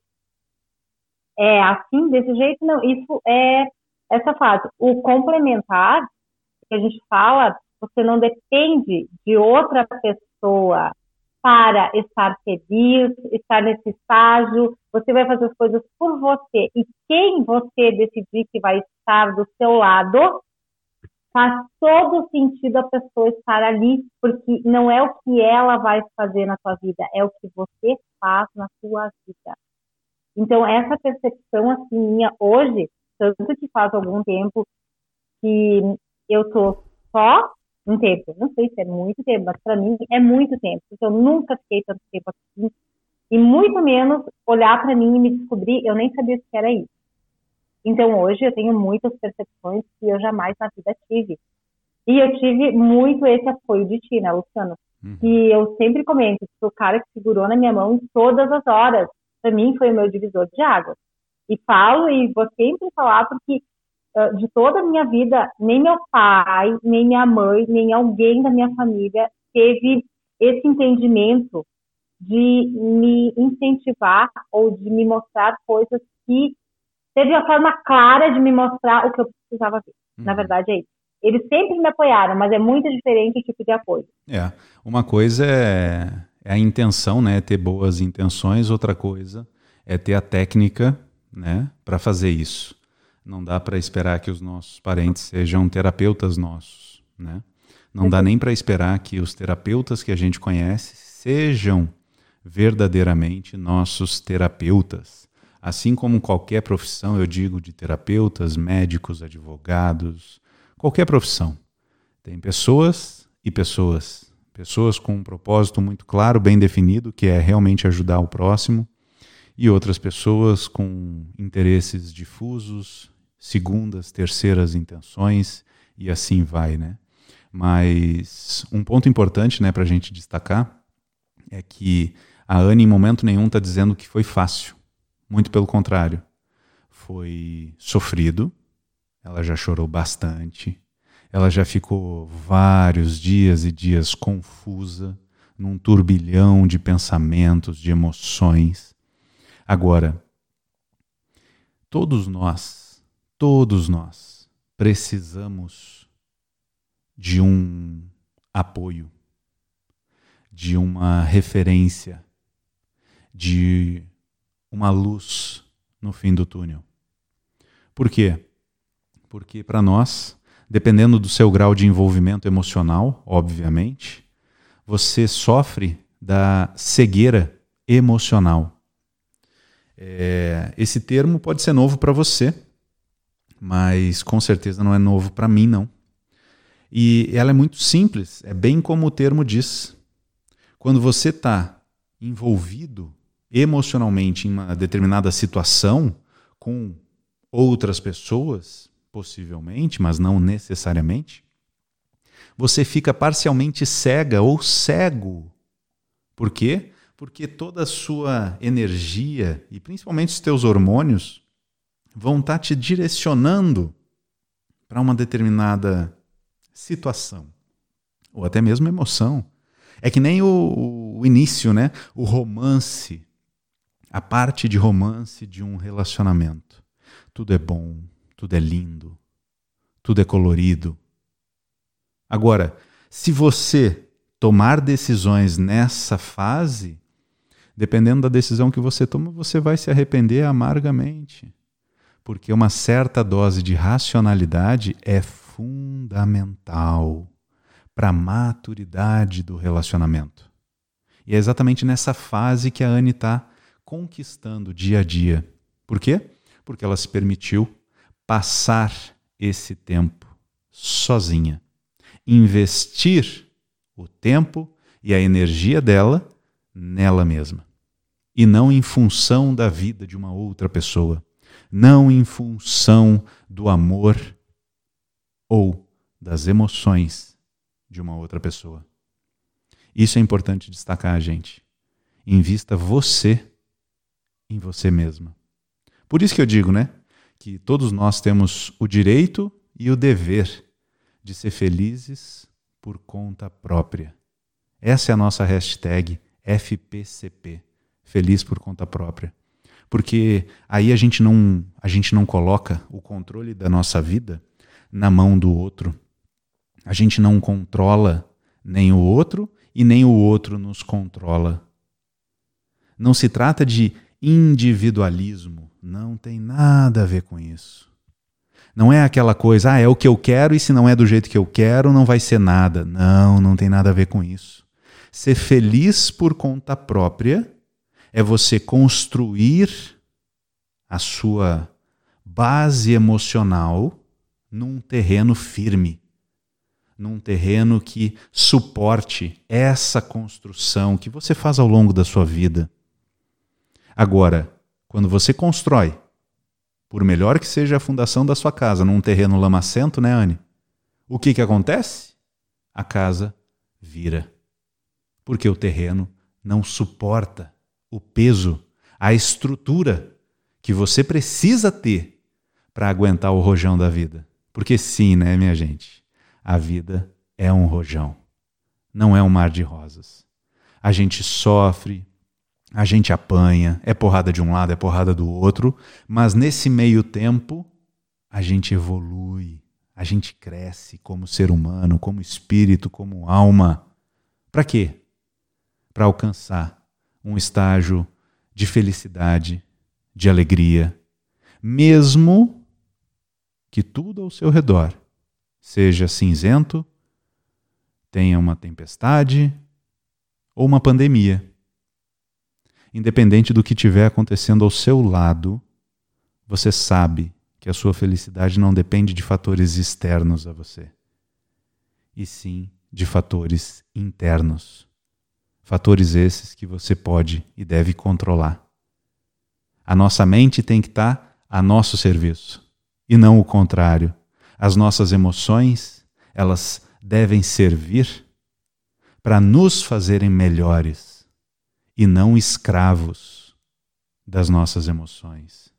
é assim, desse jeito, não. Isso é essa fase. O complementar, que a gente fala, você não depende de outra pessoa para estar feliz, estar nesse estágio. Você vai fazer as coisas por você. E quem você decidir que vai estar do seu lado, faz todo sentido a pessoa estar ali, porque não é o que ela vai fazer na sua vida, é o que você faz na sua vida. Então, essa percepção assim minha hoje, tanto que faz algum tempo que eu tô só um tempo, não sei se é muito tempo, mas para mim é muito tempo, porque eu nunca fiquei tanto tempo assim, e muito menos olhar para mim e me descobrir, eu nem sabia o que era isso. Então hoje eu tenho muitas percepções que eu jamais na vida tive, E eu tive muito esse apoio de ti, né, Luciano? Uhum. E eu sempre comento, que o cara que segurou na minha mão todas as horas, para mim foi o meu divisor de águas. E falo, e vou sempre falar, porque uh, de toda a minha vida, nem meu pai, nem minha mãe, nem alguém da minha família teve esse entendimento de me incentivar ou de me mostrar coisas que teve a forma clara de me mostrar o que eu precisava ver. Uhum. Na verdade é isso. Eles sempre me apoiaram, mas é muito diferente o tipo de apoio. É, uma coisa é, é a intenção, né, ter boas intenções, outra coisa é ter a técnica, né, para fazer isso. Não dá para esperar que os nossos parentes sejam terapeutas nossos, né? Não dá nem para esperar que os terapeutas que a gente conhece sejam verdadeiramente nossos terapeutas. Assim como qualquer profissão, eu digo de terapeutas, médicos, advogados, qualquer profissão. Tem pessoas e pessoas. Pessoas com um propósito muito claro, bem definido, que é realmente ajudar o próximo, e outras pessoas com interesses difusos, segundas, terceiras intenções, e assim vai, né? Mas um ponto importante, né, para a gente destacar é que a Anne em momento nenhum está dizendo que foi fácil. Muito pelo contrário. Foi sofrido, ela já chorou bastante, ela já ficou vários dias e dias confusa, num turbilhão de pensamentos, de emoções. Agora, todos nós, todos nós precisamos de um apoio, de uma referência, de uma luz no fim do túnel. Por quê? Porque para nós, dependendo do seu grau de envolvimento emocional, obviamente, você sofre da cegueira emocional. É, esse termo pode ser novo para você, mas com certeza não é novo para mim, não. E ela é muito simples, é bem como o termo diz. Quando você está envolvido emocionalmente em uma determinada situação com outras pessoas, possivelmente, mas não necessariamente, você fica parcialmente cega ou cego. Por quê? Porque toda a sua energia e principalmente os teus hormônios vão estar te direcionando para uma determinada situação ou até mesmo emoção. É que nem o, o início, né? O romance, a parte de romance de um relacionamento. Tudo é bom, tudo é lindo, tudo é colorido. Agora, se você tomar decisões nessa fase, dependendo da decisão que você toma, você vai se arrepender amargamente. Porque uma certa dose de racionalidade é fundamental para a maturidade do relacionamento. E é exatamente nessa fase que a Anne está conquistando dia a dia. Por quê? Porque ela se permitiu passar esse tempo sozinha. Investir o tempo e a energia dela nela mesma. E não em função da vida de uma outra pessoa. Não em função do amor ou das emoções de uma outra pessoa. Isso é importante destacar, gente. Invista você em você mesma. Por isso que eu digo, né, que todos nós temos o direito e o dever de ser felizes por conta própria. Essa é a nossa hashtag F P C P, Feliz por Conta Própria. Porque aí a gente não, a gente não coloca o controle da nossa vida na mão do outro. A gente não controla nem o outro e nem o outro nos controla. Não se trata de individualismo, não tem nada a ver com isso. Não é aquela coisa, ah, é o que eu quero e se não é do jeito que eu quero, não vai ser nada. Não, não tem nada a ver com isso. Ser feliz por conta própria é você construir a sua base emocional num terreno firme, num terreno que suporte essa construção que você faz ao longo da sua vida. Agora, quando você constrói, por melhor que seja a fundação da sua casa, num terreno lamacento, né, Anne? o que que acontece? A casa vira. Porque o terreno não suporta o peso, a estrutura que você precisa ter para aguentar o rojão da vida. Porque sim, né, minha gente? A vida é um rojão. Não é um mar de rosas. A gente sofre, a gente apanha, é porrada de um lado, é porrada do outro, mas nesse meio tempo a gente evolui, a gente cresce como ser humano, como espírito, como alma. Para quê? Para alcançar um estágio de felicidade, de alegria, mesmo que tudo ao seu redor seja cinzento, tenha uma tempestade ou uma pandemia. Independente do que estiver acontecendo ao seu lado, você sabe que a sua felicidade não depende de fatores externos a você, e sim de fatores internos. Fatores esses que você pode e deve controlar. A nossa mente tem que estar a nosso serviço, e não o contrário. As nossas emoções, elas devem servir para nos fazerem melhores e não escravos das nossas emoções.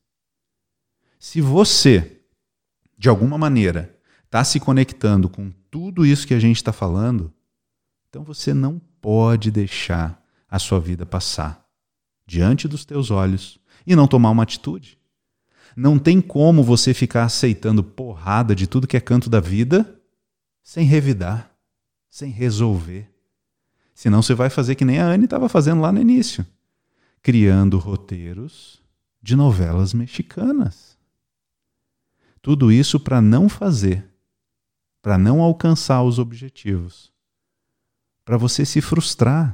Se você, de alguma maneira, está se conectando com tudo isso que a gente está falando, então você não pode deixar a sua vida passar diante dos teus olhos e não tomar uma atitude. Não tem como você ficar aceitando porrada de tudo que é canto da vida sem revidar, sem resolver. Senão você vai fazer que nem a Anne estava fazendo lá no início, criando roteiros de novelas mexicanas. Tudo isso para não fazer, para não alcançar os objetivos, para você se frustrar.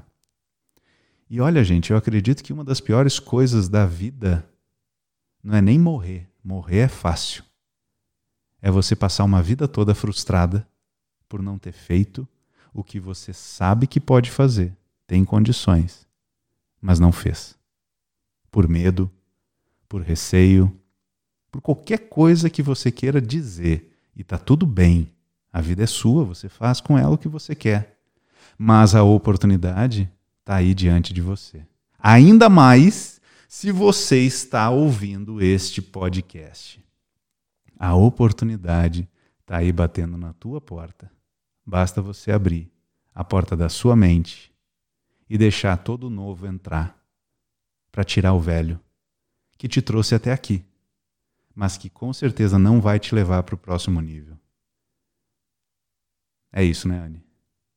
E olha, gente, eu acredito que uma das piores coisas da vida não é nem morrer. Morrer é fácil. É você passar uma vida toda frustrada por não ter feito o que você sabe que pode fazer, tem condições, mas não fez. Por medo, por receio, por qualquer coisa que você queira dizer. E tá tudo bem. A vida é sua, você faz com ela o que você quer. Mas a oportunidade está aí diante de você. Ainda mais se você está ouvindo este podcast. A oportunidade está aí batendo na tua porta. Basta você abrir a porta da sua mente e deixar todo o novo entrar para tirar o velho que te trouxe até aqui, mas que com certeza não vai te levar para o próximo nível. É isso, né, Anne?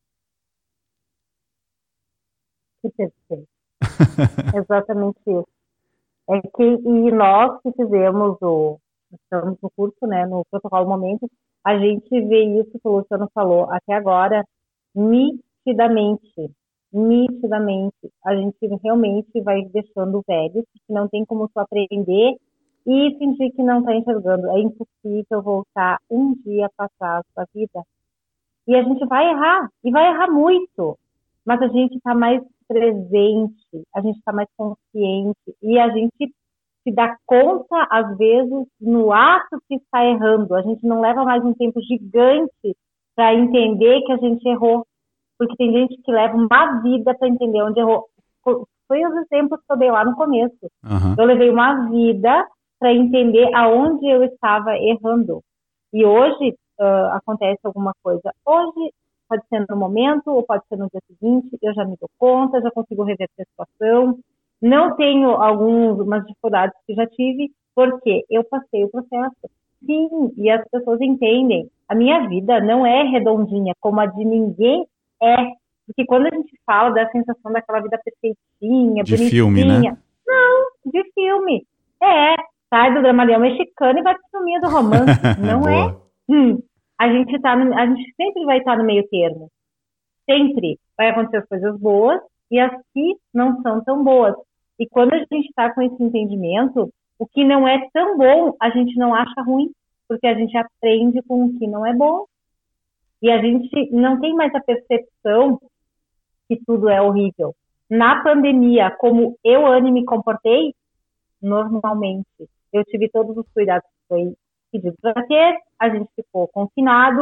Que perfeito. Exatamente isso. É que, e nós que fizemos o, estamos no curso, né, no protocolo momento, a gente vê isso que o Luciano falou até agora nitidamente, nitidamente. A gente realmente vai deixando velho, porque não tem como tu aprender e fingir que não está enxergando. É impossível voltar um dia para trás da vida. E a gente vai errar, e vai errar muito, mas a gente está mais presente, a gente está mais consciente, e a gente se dá conta, às vezes, no ato que está errando. A gente não leva mais um tempo gigante para entender que a gente errou, porque tem gente que leva uma vida para entender onde errou. Foi os exemplos que eu dei lá no começo. Uhum. Eu levei uma vida para entender aonde eu estava errando. E hoje uh, acontece alguma coisa. Hoje pode ser no momento, ou pode ser no dia seguinte, eu já me dou conta, já consigo reverter a situação. Não tenho algumas dificuldades que já tive, porque eu passei o processo. Sim, e as pessoas entendem. A minha vida não é redondinha, como a de ninguém é. Porque quando a gente fala da sensação daquela vida perfeitinha, De bonitinha... filme, né? Não, de filme. É, sai do dramalhão mexicano e vai pro filminho do romance. Não é? Hum, a, gente tá no, a gente sempre vai estar no meio termo. Sempre vai acontecer as coisas boas e as que não são tão boas. E quando a gente está com esse entendimento, o que não é tão bom, a gente não acha ruim, porque a gente aprende com o que não é bom. E a gente não tem mais a percepção que tudo é horrível. Na pandemia, como eu, Anne, me comportei, normalmente, eu tive todos os cuidados que foi pedido para ter, a gente ficou confinado,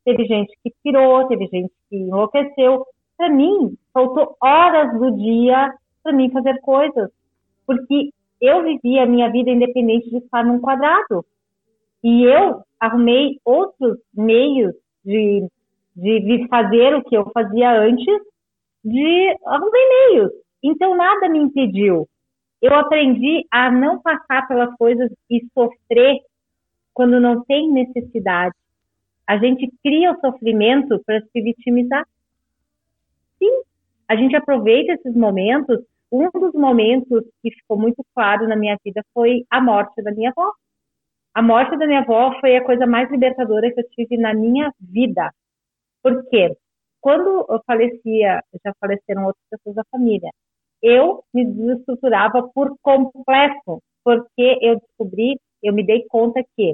teve gente que pirou, teve gente que enlouqueceu. Para mim, faltou horas do dia para mim fazer coisas, porque eu vivia a minha vida independente de estar num quadrado. E eu arrumei outros meios de, de fazer o que eu fazia antes, de arrumei meios. Então, nada me impediu. Eu aprendi a não passar pelas coisas e sofrer quando não tem necessidade. A gente cria o sofrimento para se vitimizar. Sim, a gente aproveita esses momentos. Um dos momentos que ficou muito claro na minha vida foi a morte da minha avó. A morte da minha avó foi a coisa mais libertadora que eu tive na minha vida. Por quê? Quando eu falecia, já faleceram outras pessoas da família, eu me desestruturava por completo, porque eu descobri, eu me dei conta que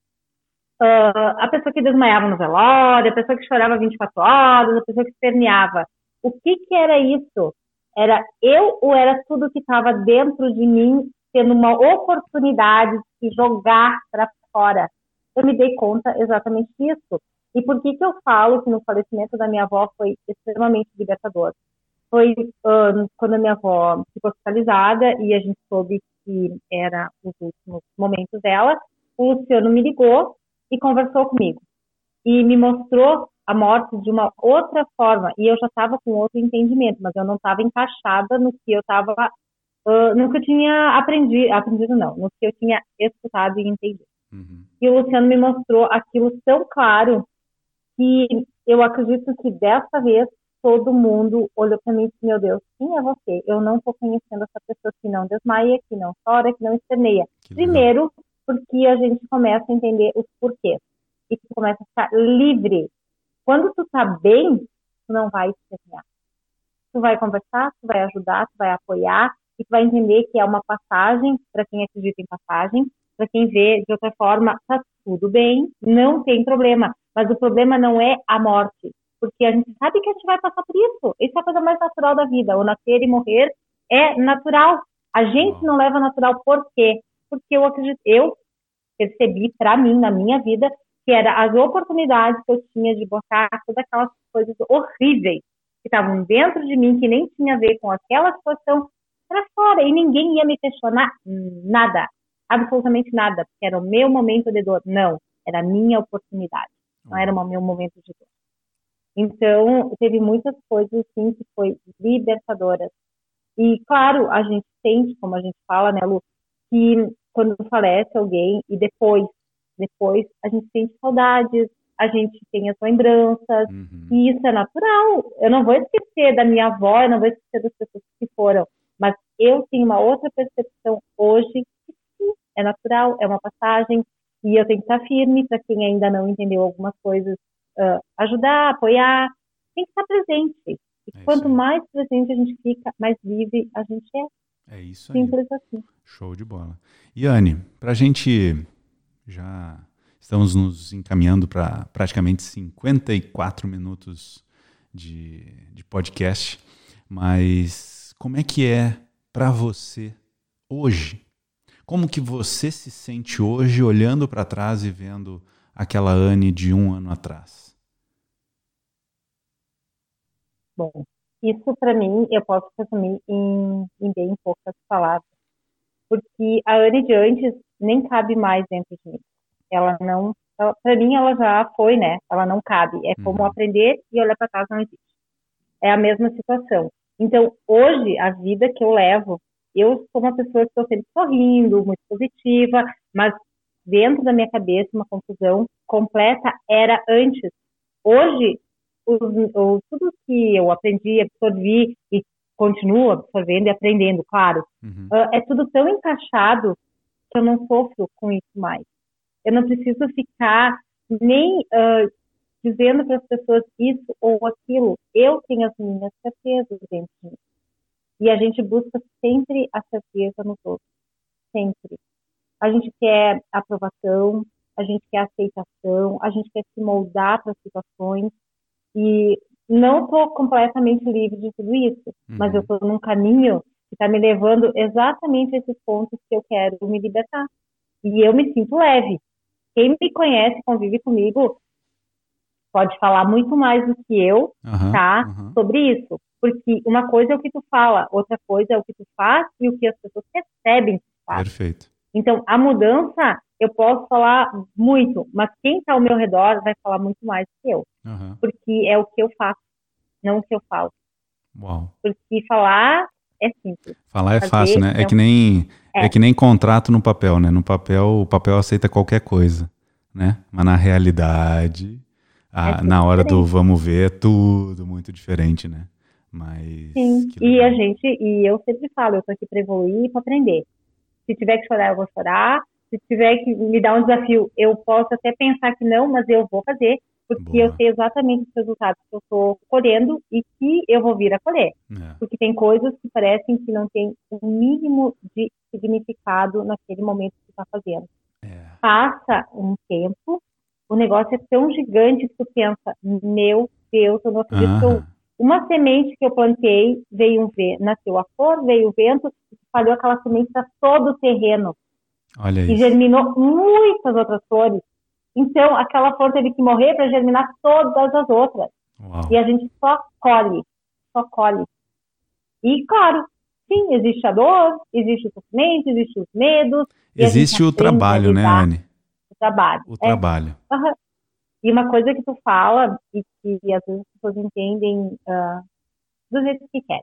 uh, a pessoa que desmaiava no velório, a pessoa que chorava vinte e quatro horas, a pessoa que esperneava, o que que era isso? Era eu ou era tudo que estava dentro de mim tendo uma oportunidade de jogar para fora? Eu me dei conta exatamente disso. E por que que eu falo que no falecimento da minha avó foi extremamente libertador? Foi um, quando a minha avó ficou hospitalizada e a gente soube que era os últimos momentos dela, o Luciano me ligou e conversou comigo. E me mostrou a morte de uma outra forma. E eu já estava com outro entendimento, mas eu não estava encaixada no que eu estava, uh, no que eu tinha aprendido, aprendido não, no que eu tinha escutado e entendido. Uhum. E o Luciano me mostrou aquilo tão claro que eu acredito que dessa vez todo mundo olhou para mim e disse, meu Deus, quem é você? Eu não estou conhecendo essa pessoa que não desmaia, que não chora, que não esperneia. Primeiro, porque a gente começa a entender os porquês. E tu começa a ficar livre. Quando tu tá bem, tu não vai espernear. Tu vai conversar, tu vai ajudar, tu vai apoiar, e tu vai entender que é uma passagem, para quem acredita em passagem, para quem vê de outra forma, tá tudo bem, não tem problema. Mas o problema não é a morte, porque a gente sabe que a gente vai passar por isso. Isso é a coisa mais natural da vida. O nascer e morrer é natural. A gente não leva natural por quê? Porque eu acredito, eu percebi para mim, na minha vida, que eram as oportunidades que eu tinha de botar todas aquelas coisas horríveis que estavam dentro de mim, que nem tinha a ver com aquela situação, para fora. E ninguém ia me questionar nada, absolutamente nada, porque era o meu momento de dor. Não, era a minha oportunidade. Não era o meu momento de dor. Então, teve muitas coisas, assim, que foi libertadoras. E, claro, a gente sente, como a gente fala, né, Lu, que quando falece alguém e depois, depois a gente sente saudades, a gente tem as lembranças, uhum. E isso é natural. Eu não vou esquecer da minha avó, eu não vou esquecer das pessoas que foram, mas eu tenho uma outra percepção hoje, que sim, é natural, é uma passagem, e eu tenho que estar firme para quem ainda não entendeu algumas coisas, uh, ajudar, apoiar, tem que estar presente. E é quanto mais presente a gente fica, mais livre a gente é. É isso aí. Simples assim. Show de bola. E Anne, para a gente já estamos nos encaminhando para praticamente cinquenta e quatro minutos de, de podcast, mas como é que é para você hoje? Como que você se sente hoje olhando para trás e vendo aquela Anne de um ano atrás? Bom, isso para mim eu posso resumir em, em bem poucas palavras, porque a Anne de antes nem cabe mais dentro de mim. Ela não, para mim ela já foi, né? Ela não cabe. É como uhum. aprender e olhar para trás não existe. É a mesma situação. Então, hoje, a vida que eu levo, eu sou uma pessoa que estou sempre sorrindo, muito positiva, mas dentro da minha cabeça, uma confusão completa era antes. Hoje, o, o, tudo que eu aprendi, absorvi e continuo absorvendo e aprendendo, claro, uhum. uh, é tudo tão encaixado que eu não sofro com isso mais. Eu não preciso ficar nem uh, dizendo para as pessoas isso ou aquilo. Eu tenho as minhas certezas dentro de mim. E a gente busca sempre a certeza nos outros. Sempre. A gente quer aprovação, a gente quer aceitação, a gente quer se moldar para as situações. E não estou completamente livre de tudo isso, uhum. mas eu estou num caminho que está me levando exatamente a esses pontos que eu quero me libertar. E eu me sinto leve. Quem me conhece, convive comigo, pode falar muito mais do que eu, Uhum, tá? uhum. Sobre isso. Porque uma coisa é o que tu fala, outra coisa é o que tu faz e o que as pessoas percebem que tu faz. Perfeito. Então, a mudança, eu posso falar muito, mas quem está ao meu redor vai falar muito mais do que eu. Uhum. Porque é o que eu faço, não o que eu falo. Uau. Porque falar é simples. Falar é Fazer fácil, né? É, é que um- nem, é. é. que nem contrato no papel, né? No papel, o papel aceita qualquer coisa, né? Mas na realidade, a- É tudo na hora do diferente. vamos ver, é tudo muito diferente, né? Mas Sim, que e a legal. gente, e eu sempre falo, eu tô aqui para evoluir e para aprender. Se tiver que chorar, eu vou chorar. Se tiver que me dar um desafio, eu posso até pensar que não, mas eu vou fazer, porque eu Boa. sei exatamente os resultados que eu estou colhendo e que eu vou vir a colher. É. Porque tem coisas que parecem que não tem o mínimo de significado naquele momento que tu está fazendo. É. Passa um tempo, o negócio é tão gigante que tu pensa, meu Deus, eu não acredito que eu... Aham. Uma semente que eu plantei, veio um vento, nasceu a flor, veio o vento, espalhou aquela semente para todo o terreno Olha e isso. germinou muitas outras flores. Então, aquela flor teve que morrer para germinar todas as outras. Uau. E a gente só colhe, só colhe. E, claro, sim, existe a dor, existe o sofrimento, existe os medos. e a gente Existe o aprende a trabalho, né, lidar Anne? com o trabalho. O É. trabalho. Aham. E uma coisa que tu fala, e que às vezes as pessoas entendem ah, do jeito que querem.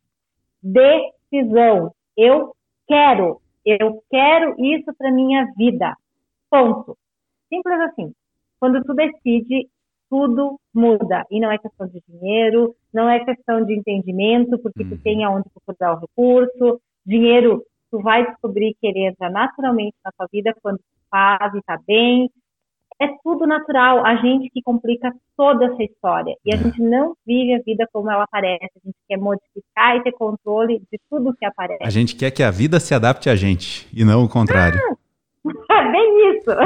Decisão. Eu quero. Eu quero isso para minha vida. Ponto. Simples assim. Quando tu decide, tudo muda. E não é questão de dinheiro, não é questão de entendimento, porque tu Uhum. tem aonde procurar o recurso. Dinheiro, tu vai descobrir que ele entra naturalmente na tua vida quando tu faz e tá bem. É tudo natural. A gente que complica toda essa história. E a É. gente não vive a vida como ela aparece. A gente quer modificar e ter controle de tudo que A aparece. gente quer que a vida se adapte a gente e não o contrário. É bem isso.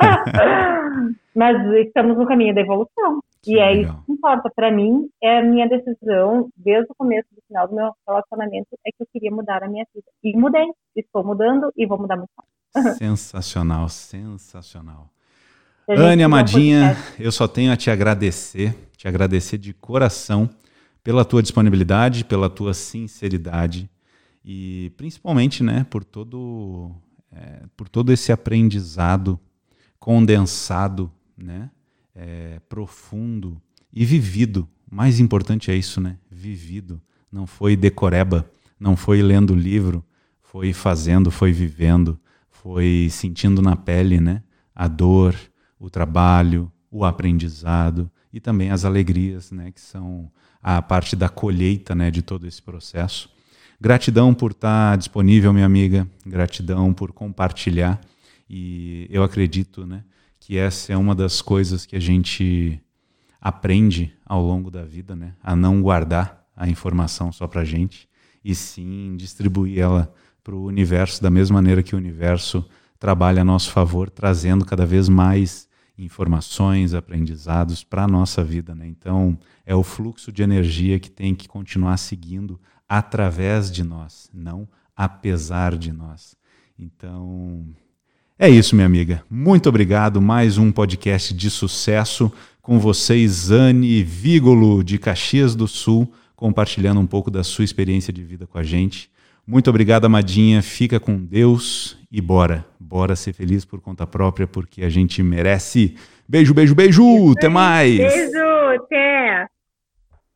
Mas estamos no caminho da evolução. Que e é legal. isso que importa. Para mim, é a minha decisão, desde o começo do final do meu relacionamento, é que eu queria mudar a minha vida. E mudei. Estou mudando e vou mudar muito mais. Sensacional, sensacional. Se a gente Anne, fizer um amadinha, podcast- eu só tenho a te agradecer, te agradecer de coração pela tua disponibilidade, pela tua sinceridade e principalmente, né, por todo, é, por todo esse aprendizado condensado, né, é, profundo e vivido. O mais importante é isso, né, vivido. Não foi decoreba, não foi lendo livro, foi fazendo, foi vivendo, foi sentindo na pele, né, a dor, o trabalho, o aprendizado e também as alegrias, né, que são a parte da colheita, né, de todo esse processo. Gratidão por estar disponível, minha amiga, gratidão por compartilhar e eu acredito, né, que essa é uma das coisas que a gente aprende ao longo da vida, né, a não guardar a informação só pra gente e sim distribuir ela para o universo da mesma maneira que o universo trabalha a nosso favor, trazendo cada vez mais informações, aprendizados para a nossa vida, né? Então, é o fluxo de energia que tem que continuar seguindo através de nós, não apesar de nós. Então, é isso, minha amiga. Muito obrigado. Mais um podcast de sucesso com vocês, Anne Vigolo, de Caxias do Sul, compartilhando um pouco da sua experiência de vida com a gente. Muito obrigado, amadinha. Fica com Deus e bora. Bora ser feliz por conta própria, porque a gente merece. Beijo, beijo, beijo. Até mais. Beijo, até.